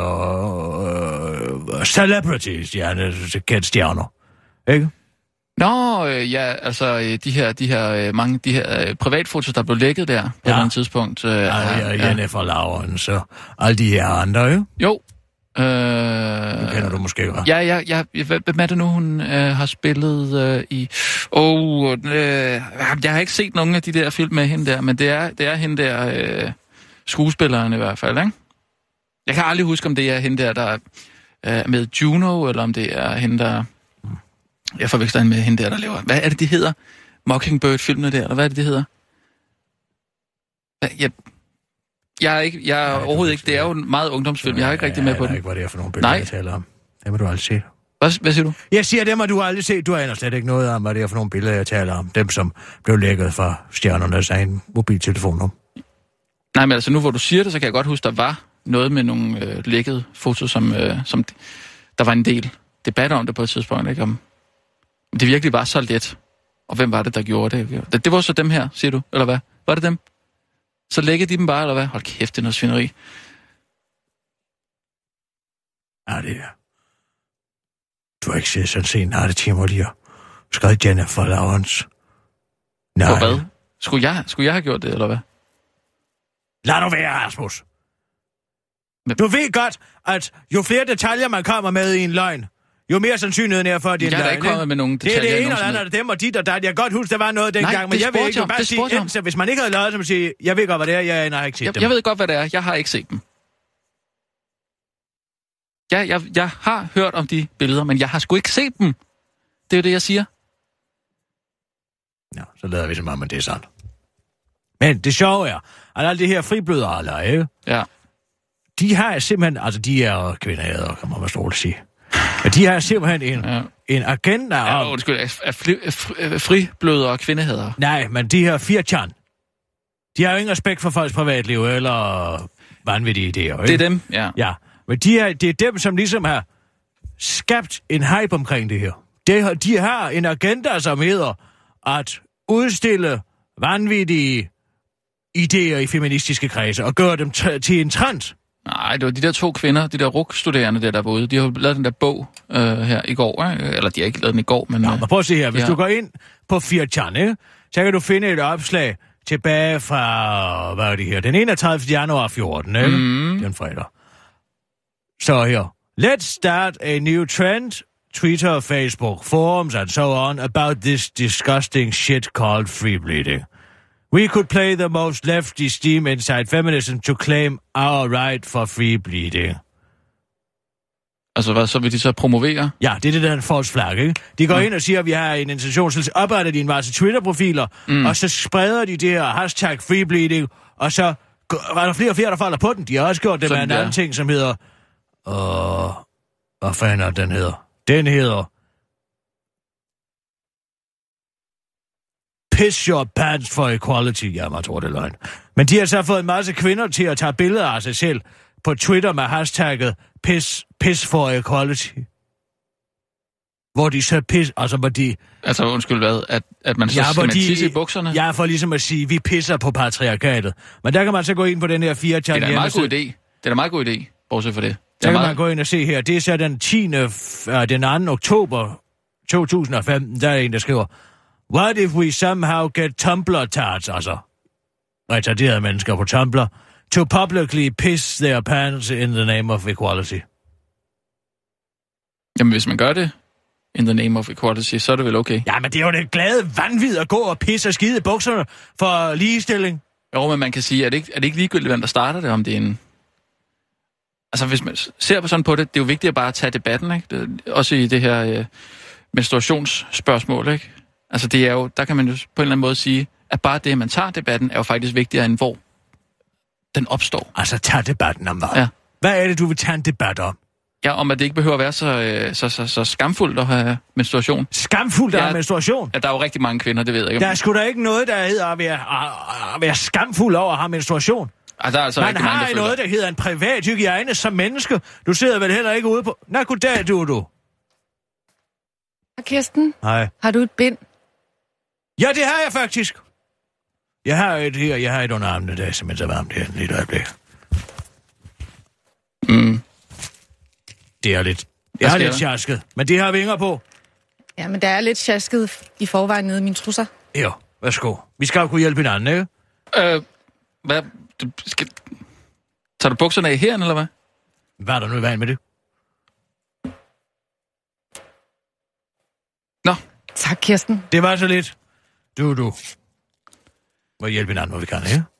celebrities-stjerner. Ikke? Nå, altså de her privatfotos, der blev lækket der på et eller andet tidspunkt. Jennifer Lawrence og alle de her andre, ikke? Jo. Det kender du måske godt. Ja. Hvem er det nu, hun har spillet i... jeg har ikke set nogen af de der film med hende der, men det er hende der, skuespilleren i hvert fald, ikke? Jeg kan aldrig huske, om det er hende der er med Juno, eller om det er hende, der... Jeg forveksler hende med hende der laver... Hvad er det, de hedder? Mockingbird-filmene der, eller hvad er det, de hedder? Jeg er overhovedet ikke... Det er jo en meget ungdomsfilm. Jeg er ikke rigtig med på den. Jeg ved ikke, hvad det er for nogle billeder, jeg taler om. Dem har du aldrig set. Hvad siger du? Jeg siger, dem har du aldrig set. Du aner slet ikke noget om, hvad det er for nogle billeder, jeg taler om. Dem, som blev lækket fra stjernernes egen mobiltelefonnummer. Nej, men altså nu, hvor du siger det, så kan jeg godt huske, der var noget med nogle lækkede fotos, som der var en del debat om det på et tidspunkt, ikke? Om det virkelig var så let. Og hvem var det, der gjorde det? Det var så dem her, siger du, eller hvad? Var det dem? Så lækkede de dem bare, eller hvad? Hold kæft, det er noget svineri. Ja, det er... Du har ikke set sådan en nattetimer lige og skrevet Jennifer Lawrence. Nej. For hvad? Skulle jeg have gjort det, eller hvad? Lad nu være, Rasmus. Du ved godt, at jo flere detaljer, man kommer med i en løgn, jo mere sandsynligheden er for, at det er en løgn. Jeg har ikke kommet med nogen detaljer. Det er det ene eller andet, og dem og dit og dat. Jeg kan godt huske, der var noget dengang, men jeg vil ikke bare sige, så hvis man ikke havde lavet det, så sige, jeg ved godt, hvad det er, jeg har ikke set dem. Jeg ved godt, hvad det er. Jeg har ikke set dem. Jeg har hørt om de billeder, men jeg har sgu ikke set dem. Det er jo det, jeg siger. Ja, så lader vi som om, det er sådan. Men det sjove er, at alle de her friblødere, ikke? Ja. De har simpelthen, altså de er jo kvindehader, kan man vist roligt sige. Men de har simpelthen en agenda om... Ja, undskyld, friblødere og kvindehader. Nej, men de her Fiat-chan, de har jo ingen respekt for folks privatliv eller vanvittige idéer, ikke? Det er dem, ja. Ja, men det er dem, som ligesom har skabt en hype omkring det her. De har en agenda, som hedder at udstille vanvittige idéer i feministiske kredse og gøre dem til en trend. Nej, det var de der 2 kvinder, de der RUK-studerende der boede. De har lavet den der bog her i går, ikke? Eller de har ikke lavet den i går, men... Nå, men prøv at se her. Hvis du går ind på Fiat-chan, ikke? Så kan du finde et opslag tilbage fra, hvad er det her? Den 31. januar 14, ikke? Den fredag. Så her. Let's start a new trend. Twitter, Facebook, forums and so on about this disgusting shit called free bleeding. We could play the most lefty steam inside feminism to claim our right for free bleeding. Altså hvad, så vil de så promovere? Ja, det er det der en falsk flag, ikke? De går ind og siger, at vi har en intention, så opretter de en masse Twitter-profiler, og så spreder de det her hashtag free bleeding, og så er der flere og flere, der falder på den. De har også gjort det med en anden ting, som hedder... Hvad fanden er den hedder? Den hedder... Piss your pants for equality. Ja, man tror det er løgn. Men de har så fået en masse kvinder til at tage billeder af sig selv på Twitter med hashtagget piss for equality. Hvor de så hvor de... Altså, undskyld hvad? At man så skal tisse i bukserne? Ja, for ligesom at sige, vi pisser på patriarkatet. Men der kan man så gå ind på den her 4 Det er en meget god idé. Det er en meget god idé, bortset for det. Så kan man gå ind og se her. Det er så den 2. oktober 2015, der er en, der skriver, what if we somehow get Tumblr tards, altså retarderede mennesker på Tumblr, to publicly piss their pants in the name of equality? Jamen, hvis man gør det in the name of equality, så er det vel okay. Ja, men det er jo det glade vanvid at gå og pisse og skide i bukserne for ligestilling. Jo, men man kan sige, er det ikke ligegyldigt, hvem der starter det, om det er en... Altså, hvis man ser sådan på det, det er jo vigtigt at bare tage debatten, ikke? Også i det her menstruationsspørgsmål, ikke? Altså, det er jo, der kan man jo på en eller anden måde sige, at bare det, at man tager debatten, er jo faktisk vigtigere, end hvor den opstår. Altså, tag debatten om hvad? Ja. Hvad er det, du vil tage en debat om? Ja, om at det ikke behøver at være så skamfuldt at have menstruation. Skamfuldt at have menstruation? Ja, der er jo rigtig mange kvinder, det ved jeg ikke. Der er sgu da ikke noget, der hedder at være skamfuld over at have menstruation. Der er altså man har mange, noget, der hedder en privat hygiejne som menneske. Du sidder vel heller ikke ude på... Nå, goddag, du. Kirsten? Hej. Har du et bind? Ja, det har jeg faktisk. Jeg har et her. Jeg har et under armene, der er simpelthen så varmt her. Lidt øjeblik. Det er lidt... Jeg er lidt sjasket, men det har vinger på. Ja, men der er lidt sjasket i forvejen nede i mine trusser. Jo, værsgo. Vi skal jo kunne hjælpe hinanden, ikke? Hvad? Tager du bukserne af herinde, eller hvad? Hvad er der nu i vejen med det? Nå. Tak, Kirsten. Det var så lidt. Du. Må hjælpe hinanden, hvor vi kan, ikke?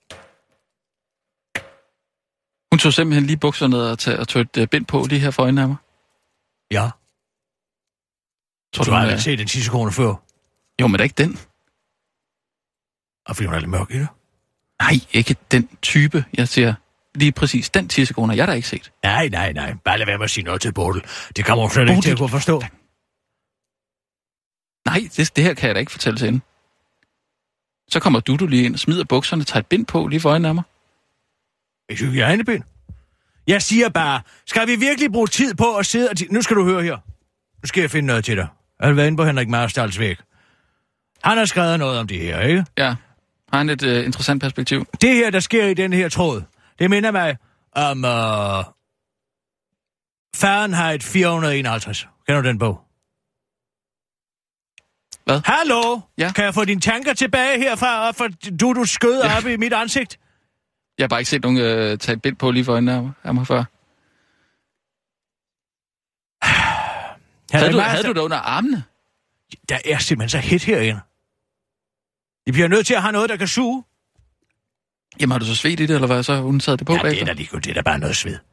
Hun tog simpelthen lige bukserne ned og tog et bind på lige her for øjnene af mig. Ja. Tror du har set den tissekone før? Jo, men da ikke den. Og fordi hun er lidt mørk i det? Nej, ikke den type, jeg siger. Lige præcis den tissekone har jeg da ikke set. Nej. Bare lad være med at sige noget til Bodil. Det kommer hun slet ikke til at kunne forstå. Nej, det her kan jeg da ikke fortælle til hende. Så kommer du lige ind og smider bukserne, tager et bind på lige for øjnene af mig. Et hygiejnebind? Jeg siger bare, skal vi virkelig bruge tid på at sidde og... Nu skal du høre her. Nu skal jeg finde noget til dig. Jeg har været inde på Henrik Marstals væg. Han har skrevet noget om det her, ikke? Ja, har han et interessant perspektiv. Det her, der sker i den her tråd, det minder mig om Fahrenheit 451. Kender du den bog? Hvad? Hallo? Ja? Kan jeg få dine tanker tilbage herfra, for du skød op i mit ansigt? Jeg har bare ikke set nogen tage et bind på lige for øjnene af mig før. Havde du det under armene? Der er simpelthen så hit herinde. I bliver nødt til at have noget, der kan suge. Jamen, har du så svedt i det, eller hvad? Så hun taget det på bagefter? Ja, det er da bare noget sved.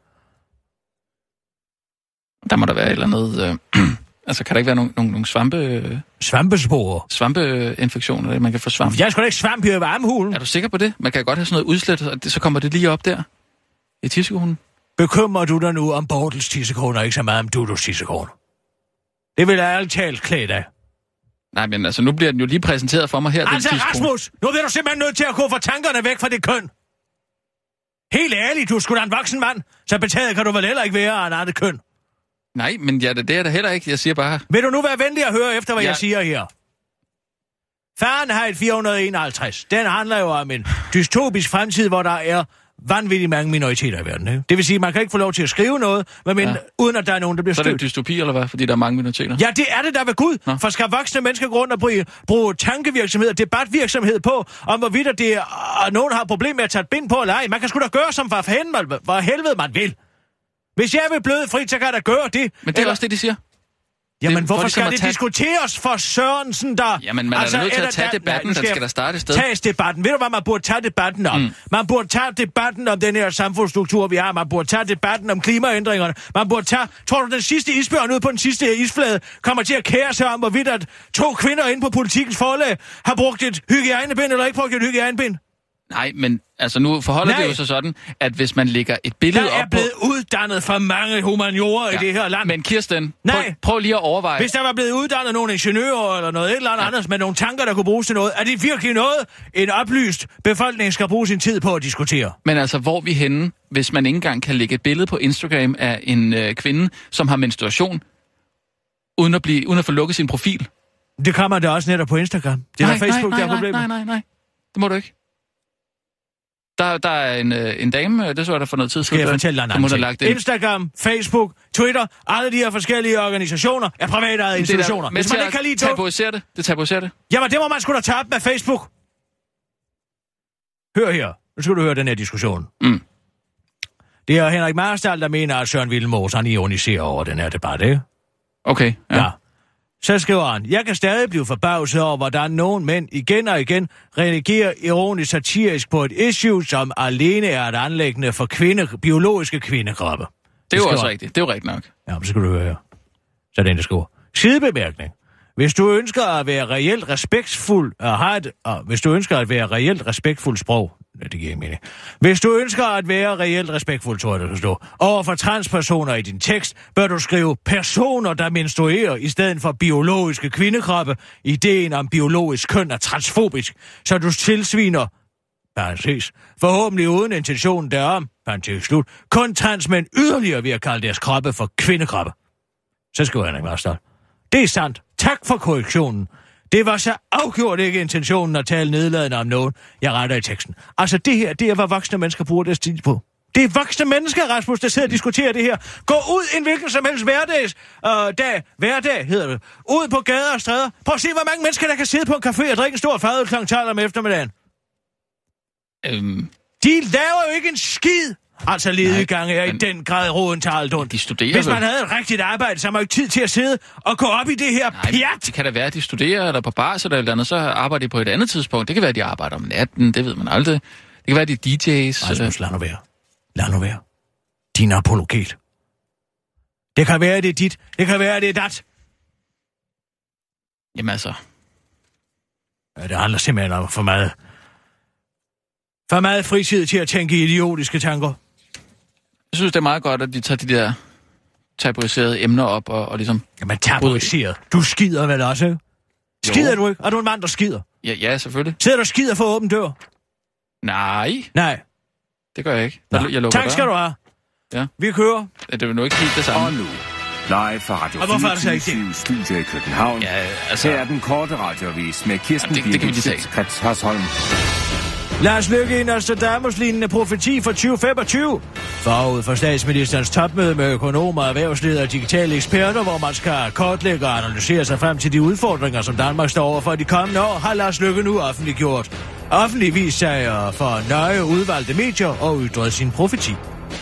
Der må der være et eller andet... altså, kan der ikke være nogle svampe... Svampesporer? Svampeinfektioner, man kan få svamp. Jeg skal da ikke svampe i varmehulen. Er du sikker på det? Man kan godt have sådan noget udslæt, og så kommer det lige op der. I tissekonen. Bekymrer du dig nu om Bortels tissekone, og ikke så meget om Dudus tissekone? Det vil jeg ærligt talt klæde dig. Nej, men altså, nu bliver den jo lige præsenteret for mig her. Altså, Rasmus, nu bliver du simpelthen nødt til at gå fra tankerne væk fra det køn. Helt ærligt, du er sgu da en voksen mand, så betaget kan du vel heller ikke være af en andet køn. Nej, men ja, det er der heller ikke. Jeg siger bare... Vil du nu være venlig at høre efter, hvad jeg siger her? Fahrenheit 451, den handler jo om en dystopisk fremtid, hvor der er vanvittigt mange minoriteter i verden. Ikke? Det vil sige, at man kan ikke få lov til at skrive noget, uden at der er nogen, der bliver stødt. Så er det en dystopi, eller hvad? Fordi der er mange minoriteter? Ja, det er det der ved Gud. Nå. For skal voksne mennesker gå rundt og bruge tankevirksomhed og debatvirksomhed på, om hvorvidt det er, nogen har problemer med at tage et bind på eller ej. Man kan sgu da gøre, som for helvede man vil. Hvis jeg vil bløde frit, så kan jeg da gøre det. Men det er også det, de siger. Jamen, hvorfor skal det diskuteres for Sørensen, der... Jamen, man er nødt til at tage debatten, den skal der starte et sted. Tages debatten. Ved du, hvad man burde tage debatten om? Man burde tage debatten om den her samfundsstruktur, vi har. Man burde tage debatten om klimaændringerne. Man burde tage... Tror du, den sidste isbjørn ude på den sidste isflade kommer til at kære sig om, hvorvidt at 2 kvinder inde på Politikens Forlag har brugt et hygiejnebind eller ikke brugt et hygiejnebind? Nej, men altså nu forholder det jo så sådan, at hvis man lægger et billede op på... Der er blevet uddannet for mange humaniorer i det her land. Men Kirsten, prøv lige at overveje... Hvis der var blevet uddannet nogle ingeniører eller noget et eller andet med nogle tanker, der kunne bruges til noget, er det virkelig noget, en oplyst befolkning skal bruge sin tid på at diskutere? Men altså, hvor er vi henne, hvis man ikke engang kan lægge et billede på Instagram af en kvinde, som har menstruation, uden at få lukket sin profil? Det kan man da også netop på Instagram. Det er Facebook, der er problemet. Nej. Det må du ikke. Der er en dame, det så jeg der for noget tid siden. Skal jeg fortælle dig en anden ting? Instagram, Facebook, Twitter, alle de her forskellige organisationer er privatejede institutioner. Men hvis man ikke kan lide det tabuiserer det. Jamen, det må man sgu da tage op med Facebook. Hør her. Nu skal du høre den her diskussion. Det er Henrik Marstal, der mener, at Søren Willemoes, han ironiserer over den her debat, ikke? Okay, ja. Så skriver han, jeg kan stadig blive forbavset over, hvordan nogle mænd igen og igen reagerer ironisk satirisk på et issue, som alene er et anliggende for biologiske kvindekroppe. Det er jo også rigtigt. Det er jo rigtigt nok. Ja, men så skal du høre her. Så er det en, der skriver. Sidebemærkning. Hvis du ønsker at være reelt respektfuld sprog, det giver ikke mening. Hvis du ønsker at være reelt respektfuld, tror jeg, det kan stå, over for transpersoner i din tekst, bør du skrive personer, der menstruerer, i stedet for biologiske kvindekroppe. Ideen om biologisk køn er transfobisk, så du tilsviner, forhåbentlig uden intentionen derom, kun transmænd yderligere ved at kalde deres kroppe for kvindekroppe. Så skriver Henrik Marstal. Det er sandt. Tak for korrektionen. Det var så afgjort ikke intentionen at tale nedladende om nogen. Jeg retter i teksten. Altså det her, det er, hvad voksne mennesker bruger deres tid på. Det er voksne mennesker, Rasmus, der sidder og diskuterer det her. Gå ud en hvilken som helst hverdag hedder det. Ud på gader og stræder. Prøv at se, hvor mange mennesker, der kan sidde på en café og drikke en stor fadøl kl. 12 om eftermiddagen. De laver jo ikke en skid. Altså lediggang er i den grad roden til Aldund. De studerer. Hvis man havde et rigtigt arbejde, så har man jo ikke tid til at sidde og gå op i det her pjat. Det kan da være, at de studerer, eller på bars eller et eller andet, så arbejder de på et andet tidspunkt. Det kan være, at de arbejder om natten, det ved man aldrig. Det kan være, at de er DJ's. Rasmus, lad nu være. Din apologet. Det kan være, det er dit. Det kan være, det er dat. Jamen altså. Ja, det handler simpelthen om for meget fritid til at tænke idiotiske tanker. Jeg synes, det er meget godt, at de tager de der tabuiserede emner op og ligesom... Jamen, tabuiseret. Du skider vel også, ikke? Skider du ikke? Er du en mand, der skider? Ja, selvfølgelig. Sidder du og skider for åben dør? Nej. Det gør jeg ikke. Jeg lukker tak skal du have. Ja. Vi kører. Det er jo nu ikke helt det samme. Og nu, live fra Radio 24 Studio i København. Ja, altså... Her er den korte radioavis med Kirsten Birgit Krets Hasholm. Lars Løkke i Nostradamus-lignende profeti for 2025. Forud for statsministerens topmøde med økonomer, erhvervsledere og digitale eksperter, hvor man skal kortlægge og analysere sig frem til de udfordringer, som Danmark står over for de kommende år, har Lars Løkke nu offentligt vist sig for nøje udvalgte medier og ytret sin profeti.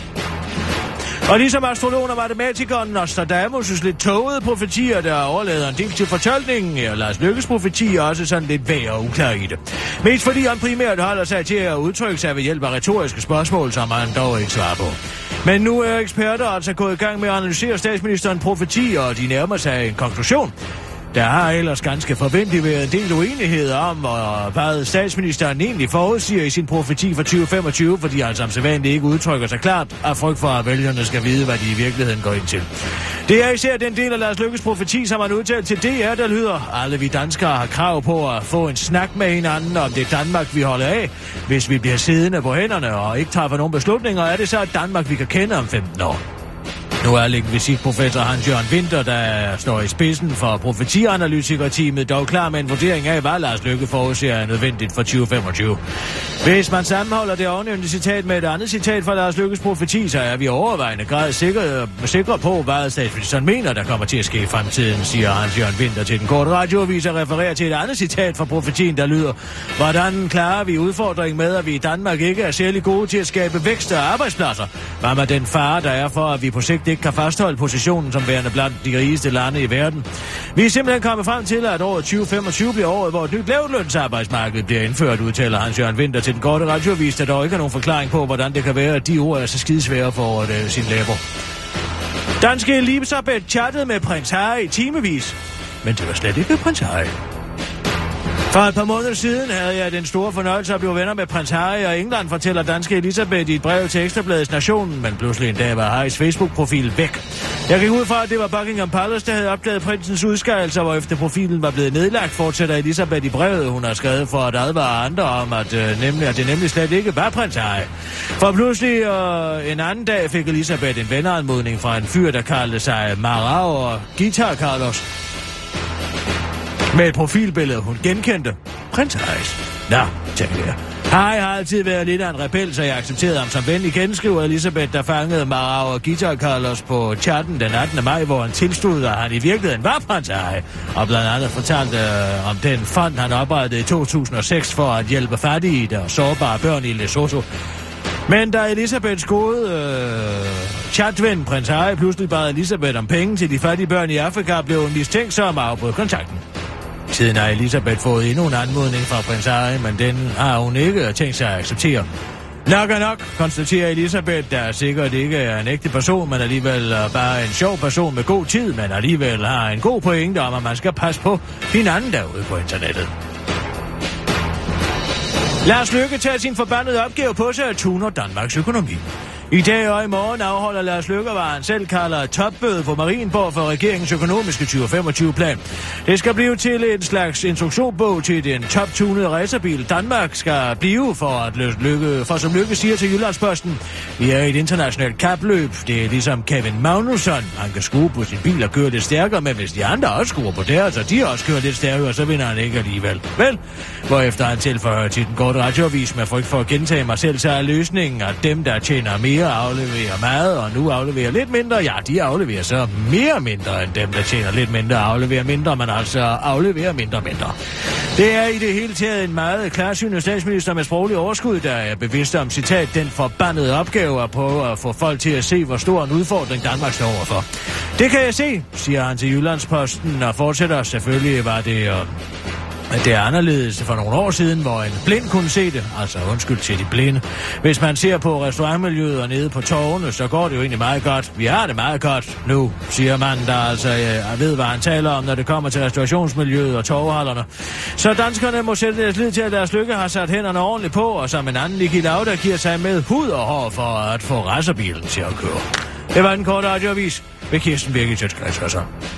Og ligesom astrologen og matematikeren Nostradamus' lidt tågede profetier, der overlader en del til fortolkningen, er Lars Løkkes profeti også sådan lidt væg og uklar i det. Mest fordi han primært holder sig til at udtrykke sig ved hjælp af retoriske spørgsmål, som han dog ikke svarer på. Men nu er eksperter altså gået i gang med at analysere statsministerens profeti, og de nærmer sig en konklusion. Der har ellers ganske forventeligt været en del uenighed om, hvad statsministeren egentlig forudsiger i sin profeti for 2025, fordi han som sædvanligt ikke udtrykker sig klart af frygt for, at vælgerne skal vide, hvad de i virkeligheden går ind til. Det er især den del af Lars Løkkes profeti, som han udtalt til DR, der lyder: alle vi danskere har krav på at få en snak med hinanden om det Danmark, vi holder af. Hvis vi bliver siddende på hænderne og ikke træffer nogen beslutninger, er det så et Danmark, vi kan kende om 15 år. Nu er lingvisitprofessor Hans-Jørgen Winther, der står i spidsen for profetianalytikerteamet, dog klar med en vurdering af, hvad Lars Løkke forudser er nødvendigt for 2025. Hvis man sammenholder det ovennævnte citat med et andet citat fra Lars Løkkes profeti, så er vi overvejende grad sikre på, hvad statsministeren mener, der kommer til at ske i fremtiden, siger Hans-Jørgen Winther til den korte radioavis og refererer til et andet citat fra profetien, der lyder: hvordan klarer vi udfordringen med, at vi i Danmark ikke er særlig gode til at skabe vækst og arbejdspladser? Hvad med den fare, der er for, at vi på sigt ikke kan fastholde positionen som værende blandt de rigeste lande i verden? Vi er simpelthen kommet frem til, at året 2025 bliver året, hvor et nyt lavtlønsarbejdsmarked bliver indført, udtaler Hans-Jørgen Winther til den korte radioavis, der dog ikke har nogen forklaring på, hvordan det kan være, at de ord er så skidesvære for sin læber. Danske Elisabeth chattede med prins Harry i timevis, men det var slet ikke prins Harry. For et par måneder siden havde jeg den store fornøjelse at blive venner med prins Harry og England, fortæller danske Elisabeth i et brev til Ekstrabladets Nationen, men pludselig en dag var Harrys Facebook-profil væk. Jeg gik ud fra, at det var Buckingham Palace, der havde opdaget prinsens udskejelser, hvor efter profilen var blevet nedlagt, fortsætter Elisabeth i brevet. Hun har skrevet for at advare andre om, at det nemlig slet ikke var prins Harry. For pludselig en anden dag fik Elisabeth en venneanmodning fra en fyr, der kaldte sig Marao og Guitar Carlos. Med et profilbillede, hun genkendte. Prins Harrys. Nå, tænkte jeg. Harry har altid været lidt af en rebel, så jeg accepterede ham som ven igen, skriver Elisabeth, der fangede Marao og Guitar Carlos på chatten den 18. maj, hvor han tilstod, at han i virkeligheden var prins Harry, og blandt andet fortalte om den fond, han oprettede i 2006 for at hjælpe fattige og sårbare børn i Lesotho. Men da Elisabeths gode chatven, prins Harry, pludselig bad Elisabeth om penge til de fattige børn i Afrika, blev hun mistænksom og afbrød kontakten. Siden har Elisabeth fået endnu en anmodning fra prins Harry, men den har hun ikke tænkt sig at acceptere. Nok er nok, konstaterer Elisabeth, der sikkert ikke er en ægte person, men alligevel bare en sjov person med god tid, men alligevel har en god pointe om, at man skal passe på hinanden derude på internettet. Lars Løkke tager sin forbandede opgave på sig at tuner Danmarks økonomi. I dag og i morgen afholder Lars Løkke, hvad han selv kalder topmøde på Marienborg for regeringens økonomiske 2025-plan. Det skal blive til en slags instruktionsbog til den toptunede racerbil Danmark skal blive, for som Løkke siger til Jyllandsposten. Vi er i et internationalt kapløb. Det er ligesom Kevin Magnusson. Han kan skrue på sin bil og køre lidt stærkere, men hvis de andre også skruer på deres, og de også kører lidt stærkere, så vinder han ikke alligevel. Vel? Hvorefter han tilføjer til den korte radioavis med frygt for at gentage mig selv, så er løsningen, at dem, der tjener mere, afleverer meget, og nu afleverer lidt mindre. Ja, de afleverer så mere mindre end dem, der tjener lidt mindre og afleverer mindre, men altså afleverer mindre. Det er i det hele taget en meget klarsynet statsminister med sproglig overskud, der er bevidst om, citat, den forbandede opgave at prøve at få folk til at se, hvor stor en udfordring Danmark står overfor. Det kan jeg se, siger han til Jyllandsposten, og fortsætter. Selvfølgelig var det er anderledes for nogle år siden, hvor en blind kunne se det. Altså undskyld til de blinde. Hvis man ser på restaurantmiljøet og nede på torvene, så går det jo egentlig meget godt. Vi har det meget godt nu, siger manden, der altså ved, hvad han taler om, når det kommer til restaurationsmiljøet og torvehallerne. Så danskerne må sætte deres lid til, at deres Lykke har sat hænderne ordentligt på, og som en anden Niki Lauda giver sig med hud og hår for at få racerbilen til at køre. Det var den korte radioavis ved Kirsten Birgit Sjøtskreds.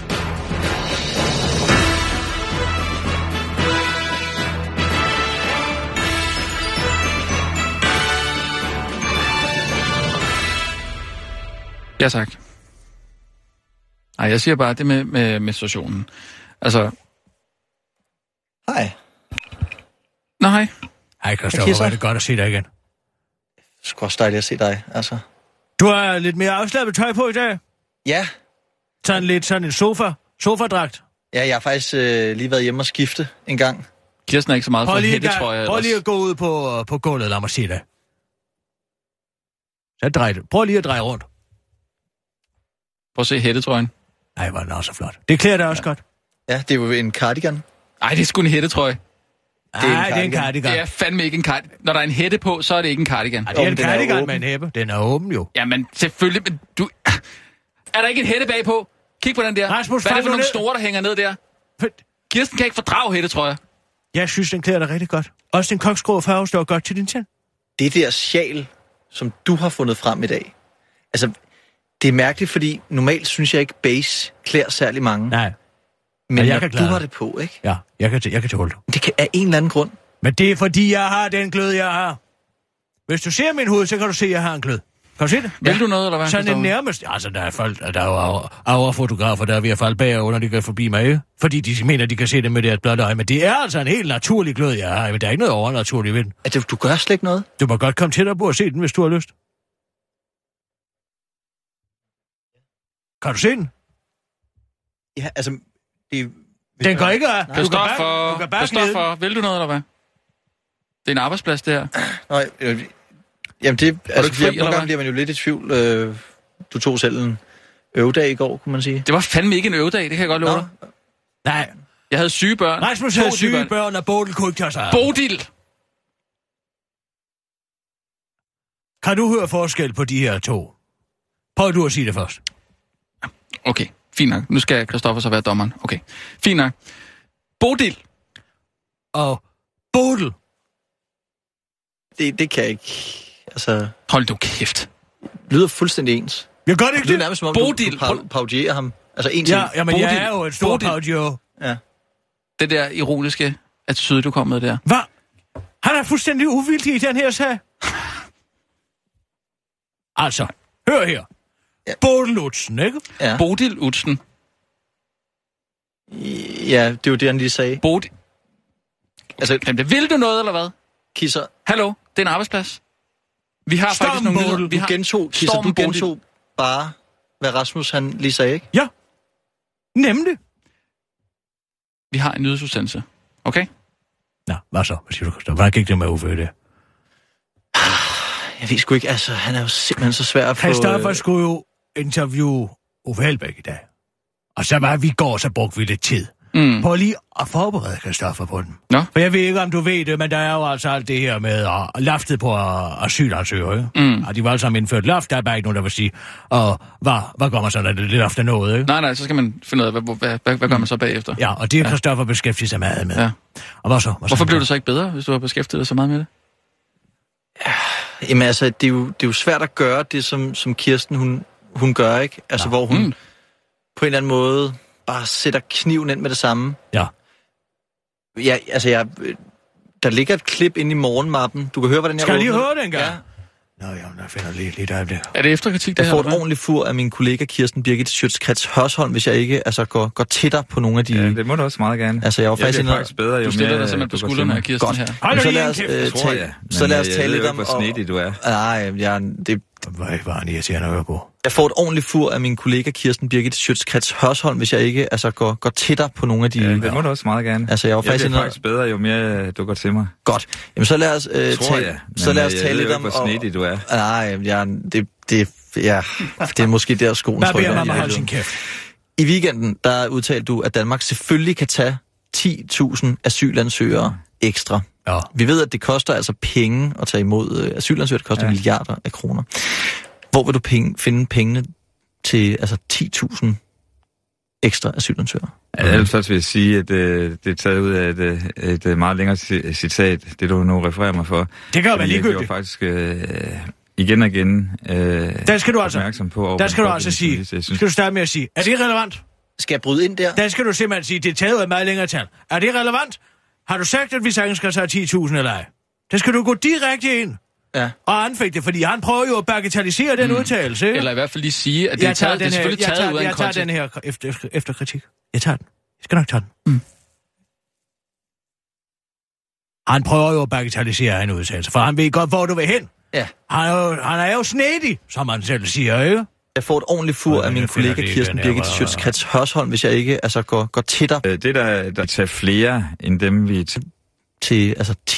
Ja, tak. Nej, jeg siger bare det med stationen. Altså... Hej. Nå, hej. Hej, Christoffer. Hvor er det godt at se dig igen. Det er sgu også dejligt at se dig, altså. Du har lidt mere afslappet tøj på i dag? Ja. Sådan en sofadragt? Ja, jeg har faktisk lige været hjemme og skifte en gang. Kirsten er ikke så meget for hætte, tror jeg. Prøv lige at gå ud på gulvet, lad mig se dig. Så drej det. Prøv lige at dreje rundt. Prøv at se hættetrøjen. Nej, hvor er den også flot. Det klæder dig også godt. Ja, det er jo en cardigan. Nej, det er sgu en hættetrøje. Nej, det er en cardigan. Det er fandme ikke en cardigan. Når der er en hætte på, så er det ikke en cardigan. Det er en cardigan med en hæppe. Den er åben jo. Jamen, selvfølgelig. Men du... Er der ikke en hætte bagpå? Kig på den der. Rasmus, hvad er det for nogle store, der hænger ned der? Kirsten kan ikke fordrage hættetrøjer. Jeg synes, den klæder dig rigtig godt. Også den koksgrå farve står godt til din tand. Det der sjal, som du har fundet frem i dag. Altså... Det er mærkeligt, fordi normalt synes jeg ikke, beige klæder særlig mange. Nej. Men når du har det på, ikke? Ja, jeg kan tåle det. Det kan af en eller anden grund. Men det er fordi, jeg har den glød, jeg har. Hvis du ser min hud, så kan du se, at jeg har en glød. Kan du se det? Vil du noget, eller hvad? Sådan en nærmest... Altså, der er jo aura-fotografer, der er ved at falde bagover, når de går forbi mig, ikke? Fordi de mener, de kan se det med deres blotte øje. Men det er altså en helt naturlig glød, jeg har. Men der er ikke noget overnaturligt ved den. Du gør slet ikke noget? Du må godt komme tættere på og se den, hvis du har lyst. Kan du se den? Ja, altså... Den går ikke af. Christoffer, vil du noget, eller hvad? Det er en arbejdsplads, det her. Nej, jamen det... Altså, nogle gange bliver man jo lidt i tvivl. Du tog selv en øvedag i går, kunne man sige. Det var fandme ikke en øvedag, det kan jeg godt love dig. Nej. Jeg havde syge børn. Rasmus havde syge børn, og Bodil kunne ikke tage sig. Bodil! Kan du høre forskel på de her to? Prøv du at sige det først. Okay, fint nok. Nu skal Christoffer så være dommeren. Okay, fint nok. Bodil, og Bodil. Det kan jeg ikke... Altså... Hold du kæft. Lyder fuldstændig ens. Jeg gør det ikke det. Det er nærmest som om, Bodil. du parodierer ham. Altså en til. Ja, men jeg er jo et stort parodier. Ja. Det der ironiske attitude, du kom med der. Hvad? Han er fuldstændig uvildig i den her sag. Altså, hør her. Ja. Bodil Utzen, ikke? Ja. Bodil Utzen. Ja, det er jo det, han lige sagde. Bodil. Altså, jamen, vil du noget, eller hvad? Kisser. Hallo, det er en arbejdsplads. Vi har Storm faktisk nogle nyheder. Du gentog, Kisser, du gentog bare, hvad Rasmus han lige sagde, ikke? Ja, nemlig. Vi har en nyhedsudsendelse, okay? Nå, hvad så? Hvad siger du, Christoffer? Hvordan gik det med Uffe det? Jeg ved sgu ikke, altså, han er jo simpelthen så svær at få... Christoffer skulle jo interviewe Uffe Elbæk i dag. Og så var vi i går, så brugte vi lidt tid. På lige at forberede Christoffer på den. Nå? For jeg ved ikke, om du ved det, men der er jo altså alt det her med laftet på asylansøgere, ikke? Og de var alle sammen indført loft, der er bare ikke nogen, der vil sige, og hvad gør man så, når det lidt ofte noget, ikke? Nej, så skal man finde ud af, hvad gør man så bagefter? Ja, og det er Christoffer beskæftiget sig meget med. Ja. Og hvad så? Hvorfor blev det så ikke bedre, hvis du har beskæftiget dig så meget med det? Jamen altså, det er jo svært at gøre det, som Kirsten, hun gør, ikke? Altså, hvor hun på en eller anden måde bare sætter kniven ind med det samme. Ja. Ja, altså, der ligger et klip inde i morgenmappen. Du kan høre, hvordan jeg skal lige høre det engang? Ja. Nå, jamen, der finder lige der. Er det efterkritik, det her? Jeg får et ordentligt fur af min kollega Kirsten Birgit Schøtz-Krets Hørsholm, hvis jeg ikke går tættere på nogle af de... Ja, det må du også meget gerne. Altså, jeg var faktisk bedre, jo. Du stiller dig simpelthen på skuldrene af Kirsten her. Så lad os tale lidt om... hvor snedig du er. Nej, det... Hvad han irriterende at høre på? Jeg får et ordentligt fur af min kollega Kirsten Birgit Schøtz-Krets Hørsholm, hvis jeg ikke går tættere på nogle af de... Ja, det må du også meget gerne. Altså, jeg var faktisk bedre, jo mere du går til mig. Godt. Jamen, så lad os tale lidt om... hvor snedig du er. Nej, det er måske der skoen trykker. Hvad beder man holde sin kæft? I weekenden, der udtalte du, at Danmark selvfølgelig kan tage 10.000 asylansøgere ekstra. Ja. Vi ved, at det koster altså penge at tage imod asylansøgere. Det koster milliarder af kroner. Hvor vil du finde pengene til 10.000 ekstra asylansøgere? Ellers vil jeg sige, at det er taget ud af et meget længere citat, det du nu refererer mig for. Det kan jo være ligegyldigt. Jeg faktisk igen og igen den skal du opmærksom på. Der skal du altså sige, skal du starte med at sige, er det relevant? Skal jeg bryde ind der? Der skal du simpelthen sige, det er taget ud af meget længere tal. Er det relevant? Har du sagt, at vi sagtens skal tage 10.000 eller ej? Der skal du gå direkte ind. Ja. Og anfægte det, fordi han prøver jo at bagatellisere den udtalelse. Eller i hvert fald lige sige, at det er selvfølgelig taget ud af en kontekst. Jeg tager den her efter kritik. Jeg tager den. Jeg skal nok tage den. Han prøver jo at bagatellisere en udtalelse, for han ved godt, hvor du vil hen. Ja. Han er jo snedig, som han selv siger, ikke? Jeg får et ordentligt fur af min kollega Kirsten Birgit Schøtz-Krets Hørsholm, hvis jeg ikke går tættere. Det der tager flere end dem, vi... Til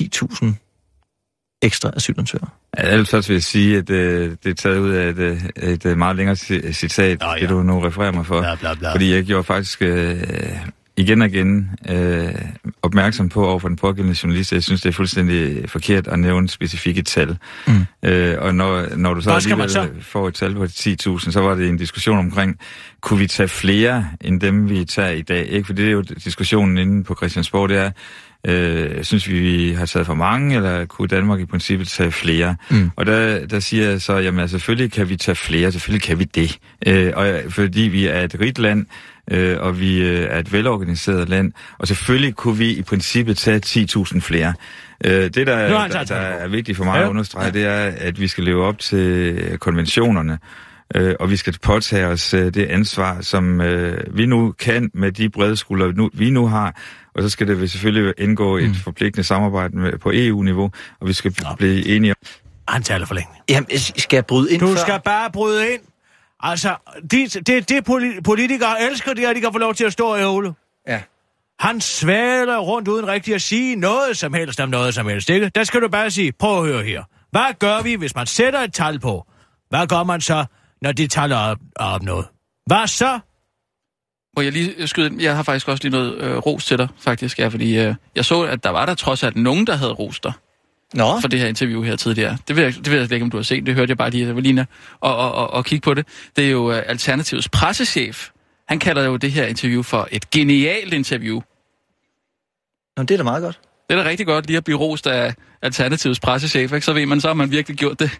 10.000 ekstra asylansøgere. Ellers vil jeg sige, at det er taget ud af et meget længere citat, det du nu refererer mig for. Bla. Fordi jeg gjorde faktisk igen og igen opmærksom på over for den pågældende journalist, jeg synes, det er fuldstændig forkert at nævne specifikke tal. Og når du så alligevel får et tal på 10.000, så var det en diskussion omkring, kunne vi tage flere end dem, vi tager i dag? Ikke? For det er jo diskussionen inde på Christiansborg, det er, synes vi har taget for mange, eller kunne Danmark i princippet tage flere? Og der siger jeg så, jamen selvfølgelig kan vi tage flere, selvfølgelig kan vi det. Fordi vi er et rigt land, og vi er et velorganiseret land, og selvfølgelig kunne vi i princippet tage 10.000 flere. Det, der er vigtigt for mig at understrege, det er, at vi skal leve op til konventionerne, og vi skal påtage os det ansvar, som vi nu kan med de brede skuldre, vi nu har, og så skal det selvfølgelig indgå et forpligtende samarbejde på EU-niveau, og vi skal blive enige om... Han taler for længe. Jamen, skal jeg bryde ind Du skal bare bryde ind. Altså, det politikere elsker, det er, at de kan få lov til at stå og ævle. Ja. Han svæler rundt uden rigtig at sige noget som helst om noget som helst, ikke? Der skal du bare sige, prøv at høre her. Hvad gør vi, hvis man sætter et tal på? Hvad gør man så, når det tal er opnået? Hvad så? Må jeg lige skyde ind? Jeg har faktisk også lige noget ros til dig, faktisk. Ja, fordi jeg så, at der var der trods alt nogen, der havde rost dig. Nå. For det her interview her tidligere. Det ved jeg ikke, om du har set. Det hørte jeg bare lige, at Evelina og kigge på det. Det er jo Alternativets pressechef. Han kalder jo det her interview for et genialt interview. Nå, det er da meget godt. Det er da rigtig godt lige at blive rost af Alternativets pressechef, ikke? Så ved man, så har man virkelig gjort det.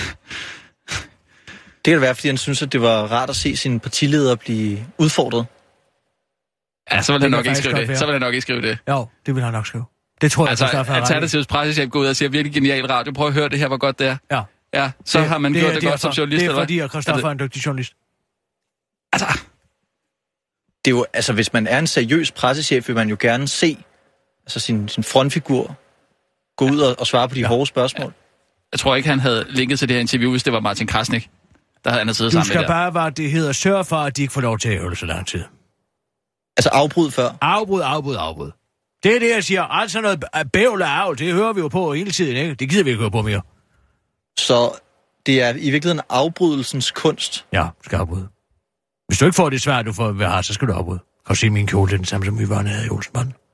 Det kan være, fordi han synes, at det var rart at se sine partileder blive udfordret. Ja, så vil han nok ikke skrive det. Så vil han nok ikke skrive det. Jo, det vil han nok skrive. Det tror jeg, altså, Alternativets pressechef går ud og siger virkelig genial radio. Prøv at høre det her, hvor godt det er. Ja. Ja, så har man gjort det godt som journalist, eller hvad? Det er fordi, at Christoffer er en dygtig journalist. Altså, det er jo, altså, hvis man er en seriøs pressechef, vil man jo gerne se altså sin frontfigur gå ud og svare på de hårde spørgsmål. Jeg tror ikke, han havde linket til det her interview, hvis det var Martin Krasnik, der havde siddet sammen med der. Du skal bare, hvad det hedder, sørge for, at de ikke får lov til at øve så lang tid. Altså afbrud før? Afbrud. Det er det, jeg siger. Altså noget bævl og avl, det hører vi jo på hele tiden, ikke? Det gider vi ikke høre på mere. Så det er i virkeligheden afbrydelsens kunst? Ja, du skal afbryde. Hvis du ikke får det svært, du får ved har, så skal du afbryde. Kan du se min kjole, den samme som Yvonne havde i Olsenbanden?